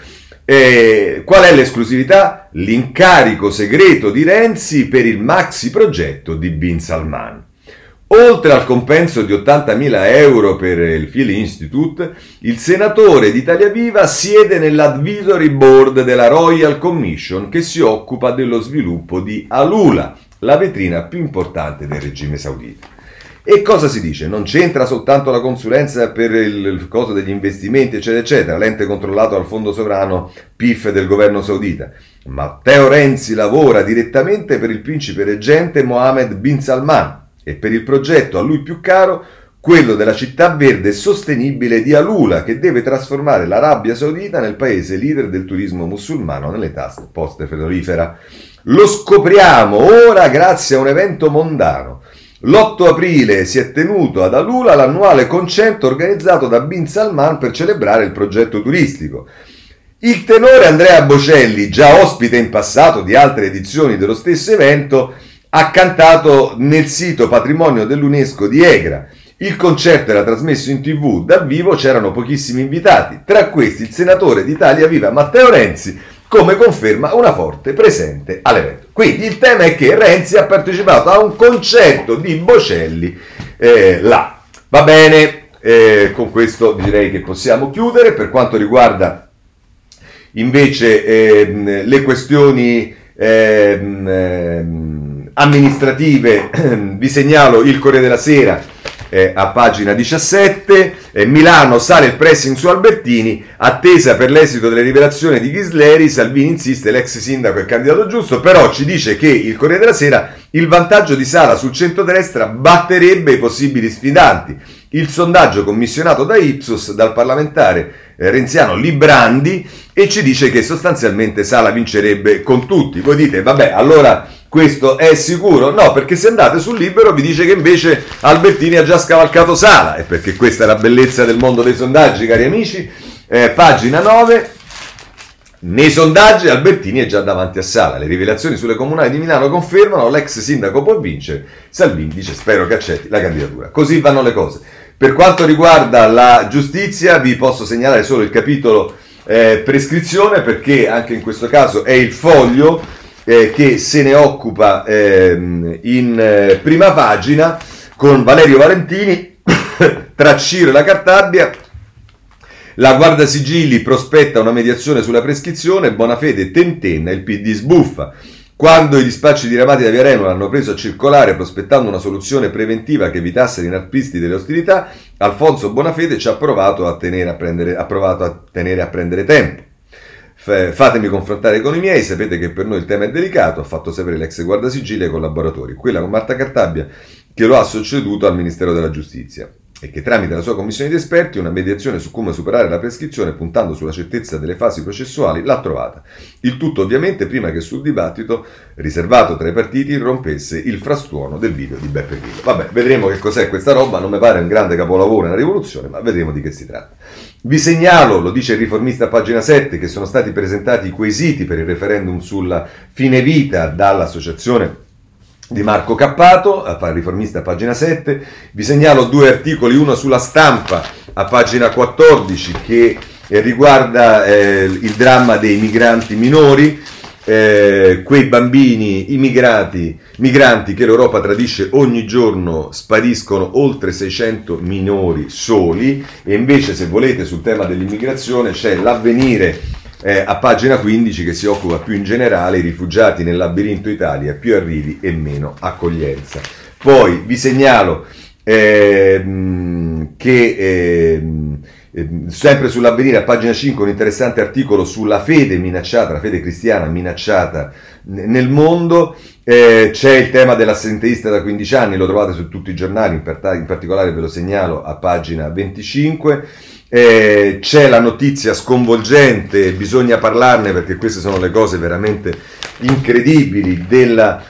Eh, qual è l'esclusività? L'incarico segreto di Renzi per il maxi progetto di Bin Salman. Oltre al compenso di ottantamila euro per il Phil Institute, il senatore di Italia Viva siede nell'advisory board della Royal Commission che si occupa dello sviluppo di Alula, la vetrina più importante del regime saudita. E cosa si dice? Non c'entra soltanto la consulenza per il, il costo degli investimenti, eccetera, eccetera, l'ente controllato dal fondo sovrano P I F del governo saudita. Matteo Renzi lavora direttamente per il principe reggente Mohammed bin Salman e per il progetto a lui più caro, quello della città verde sostenibile di Alula, che deve trasformare l'Arabia Saudita nel paese leader del turismo musulmano nell'età post-petrolifera. Lo scopriamo ora grazie a un evento mondano. L'otto aprile si è tenuto ad Alula l'annuale concerto organizzato da Bin Salman per celebrare il progetto turistico. Il tenore Andrea Bocelli, già ospite in passato di altre edizioni dello stesso evento, ha cantato nel sito patrimonio dell'UNESCO di Egra. Il concerto era trasmesso in tv, dal vivo c'erano pochissimi invitati, tra questi il senatore di Italia Viva Matteo Renzi, come conferma una forte presente all'evento. Quindi il tema è che Renzi ha partecipato a un concerto di Bocelli eh, là. Va bene, eh, con questo direi che possiamo chiudere. Per quanto riguarda invece eh, le questioni eh, amministrative, vi segnalo il Corriere della Sera eh, a pagina diciassette, eh, Milano sale il pressing su Albertini, attesa per l'esito delle rivelazioni di Ghisleri, Salvini insiste, l'ex sindaco è il candidato giusto, però ci dice che il Corriere della Sera, il vantaggio di Sala sul centrodestra batterebbe i possibili sfidanti. Il sondaggio commissionato da Ipsos dal parlamentare eh, renziano Librandi e ci dice che sostanzialmente Sala vincerebbe con tutti. Voi dite, vabbè, allora questo è sicuro? No, perché se andate sul Libero vi dice che invece Albertini ha già scavalcato Sala, e perché questa è la bellezza del mondo dei sondaggi, cari amici. Eh, pagina nove, nei sondaggi Albertini è già davanti a Sala, le rivelazioni sulle comunali di Milano confermano, l'ex sindaco può vincere, Salvini dice spero che accetti la candidatura. Così vanno le cose. Per quanto riguarda la giustizia vi posso segnalare solo il capitolo eh, prescrizione, perché anche in questo caso è il Foglio eh, che se ne occupa eh, in eh, prima pagina con Valerio Valentini tra Ciro e la Cartabia. La Guardasigilli prospetta una mediazione sulla prescrizione, Bonafede tentenna, il P D sbuffa. Quando i dispacci diramati da Viareno l'hanno preso a circolare prospettando una soluzione preventiva che evitasse gli inarpisti delle ostilità, Alfonso Bonafede ci ha provato a tenere a prendere, ha provato a tenere a prendere tempo. F- fatemi confrontare con i miei, sapete che per noi il tema è delicato, ha fatto sapere l'ex Guardasigilli ai collaboratori, quella con Marta Cartabia che lo ha succeduto al Ministero della Giustizia, e che tramite la sua commissione di esperti una mediazione su come superare la prescrizione puntando sulla certezza delle fasi processuali l'ha trovata. Il tutto ovviamente prima che sul dibattito riservato tra i partiti irrompesse il frastuono del video di Beppe Grillo. Vabbè, vedremo che cos'è questa roba, non mi pare un grande capolavoro, una rivoluzione, ma vedremo di che si tratta. Vi segnalo, lo dice il Riformista a pagina sette, che sono stati presentati i quesiti per il referendum sulla fine vita dall'associazione di Marco Cappato, a Riformista a pagina sette. Vi segnalo due articoli, uno sulla Stampa a pagina quattordici che eh, riguarda eh, il dramma dei migranti minori, eh, quei bambini immigrati, migranti che l'Europa tradisce ogni giorno, spariscono oltre seicento minori soli, e invece se volete sul tema dell'immigrazione c'è l'Avvenire Eh, a pagina quindici che si occupa più in generale i rifugiati nel labirinto Italia, più arrivi e meno accoglienza. Poi vi segnalo ehm, che ehm, ehm, sempre sull'Avvenire a pagina cinque un interessante articolo sulla fede minacciata, la fede cristiana minacciata n- nel mondo. Eh, c'è il tema dell'assenteista da quindici anni, lo trovate su tutti i giornali, in, per- in particolare ve lo segnalo a pagina venticinque. Eh, c'è la notizia sconvolgente, bisogna parlarne perché queste sono le cose veramente incredibili della,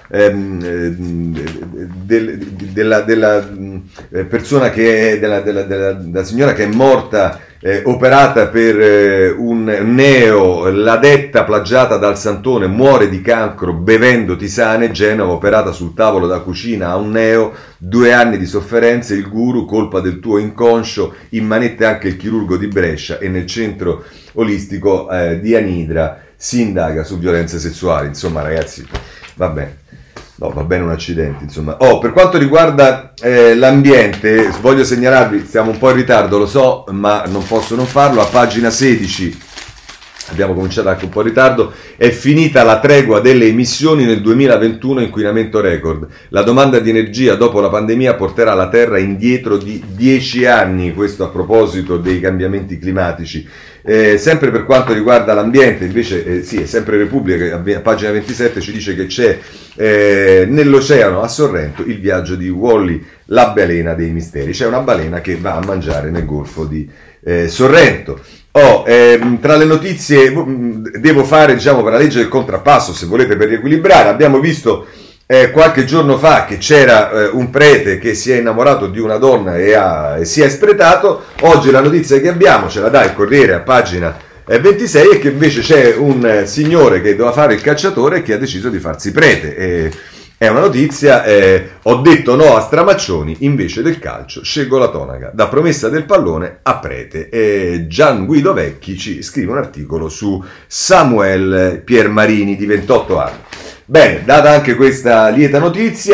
ehm, del, della, della persona che è della, della, della, della signora che è morta eh, operata per eh, un neo, la detta plagiata dal Santone muore di cancro bevendo tisane, Genova operata sul tavolo da cucina a un neo, due anni di sofferenze, il guru colpa del tuo inconscio, in manette anche il chirurgo di Brescia, e nel centro olistico eh, di Anidra si indaga su violenze sessuali. Insomma ragazzi, va bene. No, va bene un accidente, insomma. Oh, per quanto riguarda eh, l'ambiente, voglio segnalarvi, siamo un po' in ritardo, lo so, ma non posso non farlo, a pagina sedici, abbiamo cominciato anche un po' in ritardo, è finita la tregua delle emissioni nel duemilaventuno, inquinamento record. La domanda di energia dopo la pandemia porterà la Terra indietro di dieci anni, questo a proposito dei cambiamenti climatici. Eh, sempre per quanto riguarda l'ambiente, invece, eh, sì, è sempre Repubblica che a pagina ventisette ci dice che c'è eh, nell'oceano a Sorrento il viaggio di Wally, la balena dei misteri. C'è una balena che va a mangiare nel golfo di eh, Sorrento. Oh, ehm, tra le notizie devo fare, diciamo, per la legge del contrappasso, se volete, per riequilibrare. Abbiamo visto eh, qualche giorno fa che c'era eh, un prete che si è innamorato di una donna e, ha, e si è espretato. Oggi la notizia che abbiamo, ce la dà il Corriere a pagina eh, ventisei, è che invece c'è un eh, signore che doveva fare il cacciatore e che ha deciso di farsi prete. E, è una notizia, eh, ho detto no a Stramaccioni, invece del calcio scelgo la tonaca, da promessa del pallone a prete. E Gian Guido Vecchi ci scrive un articolo su Samuel Piermarini di ventotto anni. Bene, data anche questa lieta notizia,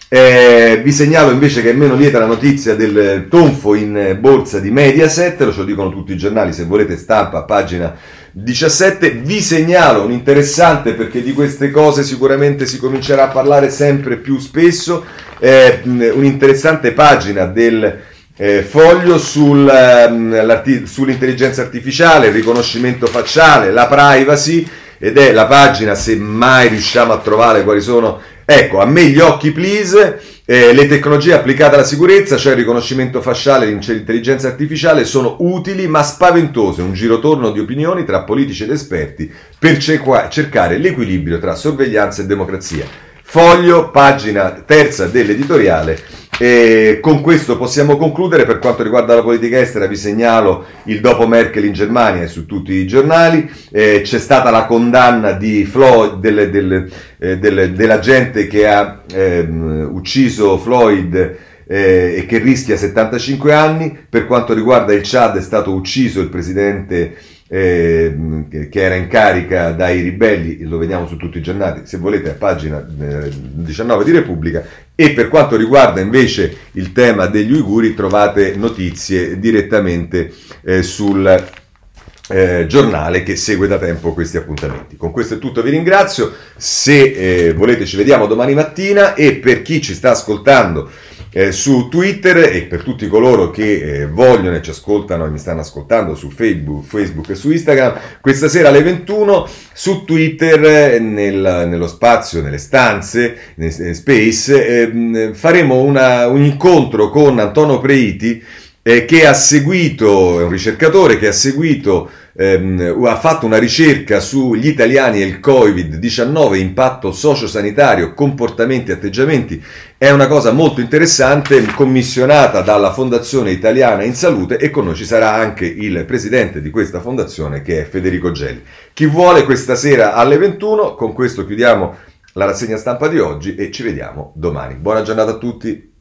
Eh, vi segnalo invece che è meno lieta la notizia del tonfo in borsa di Mediaset, lo ce lo dicono tutti i giornali, se volete Stampa, pagina diciassette. Vi segnalo un interessante, perché di queste cose sicuramente si comincerà a parlare sempre più spesso, eh, un'interessante pagina del eh, Foglio sul, um, sull'intelligenza artificiale, il riconoscimento facciale, la privacy, ed è la pagina, se mai riusciamo a trovare quali sono. Ecco, a me gli occhi please, eh, le tecnologie applicate alla sicurezza, cioè il riconoscimento facciale e l'intelligenza artificiale, sono utili ma spaventose, un girotorno di opinioni tra politici ed esperti per cerca- cercare l'equilibrio tra sorveglianza e democrazia. Foglio, pagina terza dell'editoriale. E con questo possiamo concludere. Per quanto riguarda la politica estera vi segnalo il dopo Merkel in Germania e su tutti i giornali. Eh, c'è stata la condanna di Floyd, del, del, eh, del, dell'agente che ha eh, ucciso Floyd eh, e che rischia settantacinque anni. Per quanto riguarda il Chad è stato ucciso il presidente Eh, che era in carica dai ribelli, lo vediamo su tutti i giornali, se volete a pagina eh, diciannove di Repubblica. E per quanto riguarda invece il tema degli uiguri trovate notizie direttamente eh, sul eh, giornale che segue da tempo questi appuntamenti. Con questo è tutto, vi ringrazio, se eh, volete ci vediamo domani mattina, e per chi ci sta ascoltando Eh, su Twitter, e per tutti coloro che eh, vogliono e ci ascoltano e mi stanno ascoltando su Facebook, Facebook e su Instagram, questa sera alle ventuno su Twitter, eh, nel, nello spazio, nelle stanze, nel, nel space, eh, faremo una, un incontro con Antonio Preiti, eh, che ha seguito, è un ricercatore che ha seguito, ehm, ha fatto una ricerca sugli italiani e il covid diciannove, impatto sociosanitario, comportamenti, atteggiamenti. È una cosa molto interessante, commissionata dalla Fondazione Italiana in Salute, e con noi ci sarà anche il presidente di questa fondazione, che è Federico Gelli. Chi vuole questa sera alle ventuno. Con questo chiudiamo la rassegna stampa di oggi e ci vediamo domani. Buona giornata a tutti.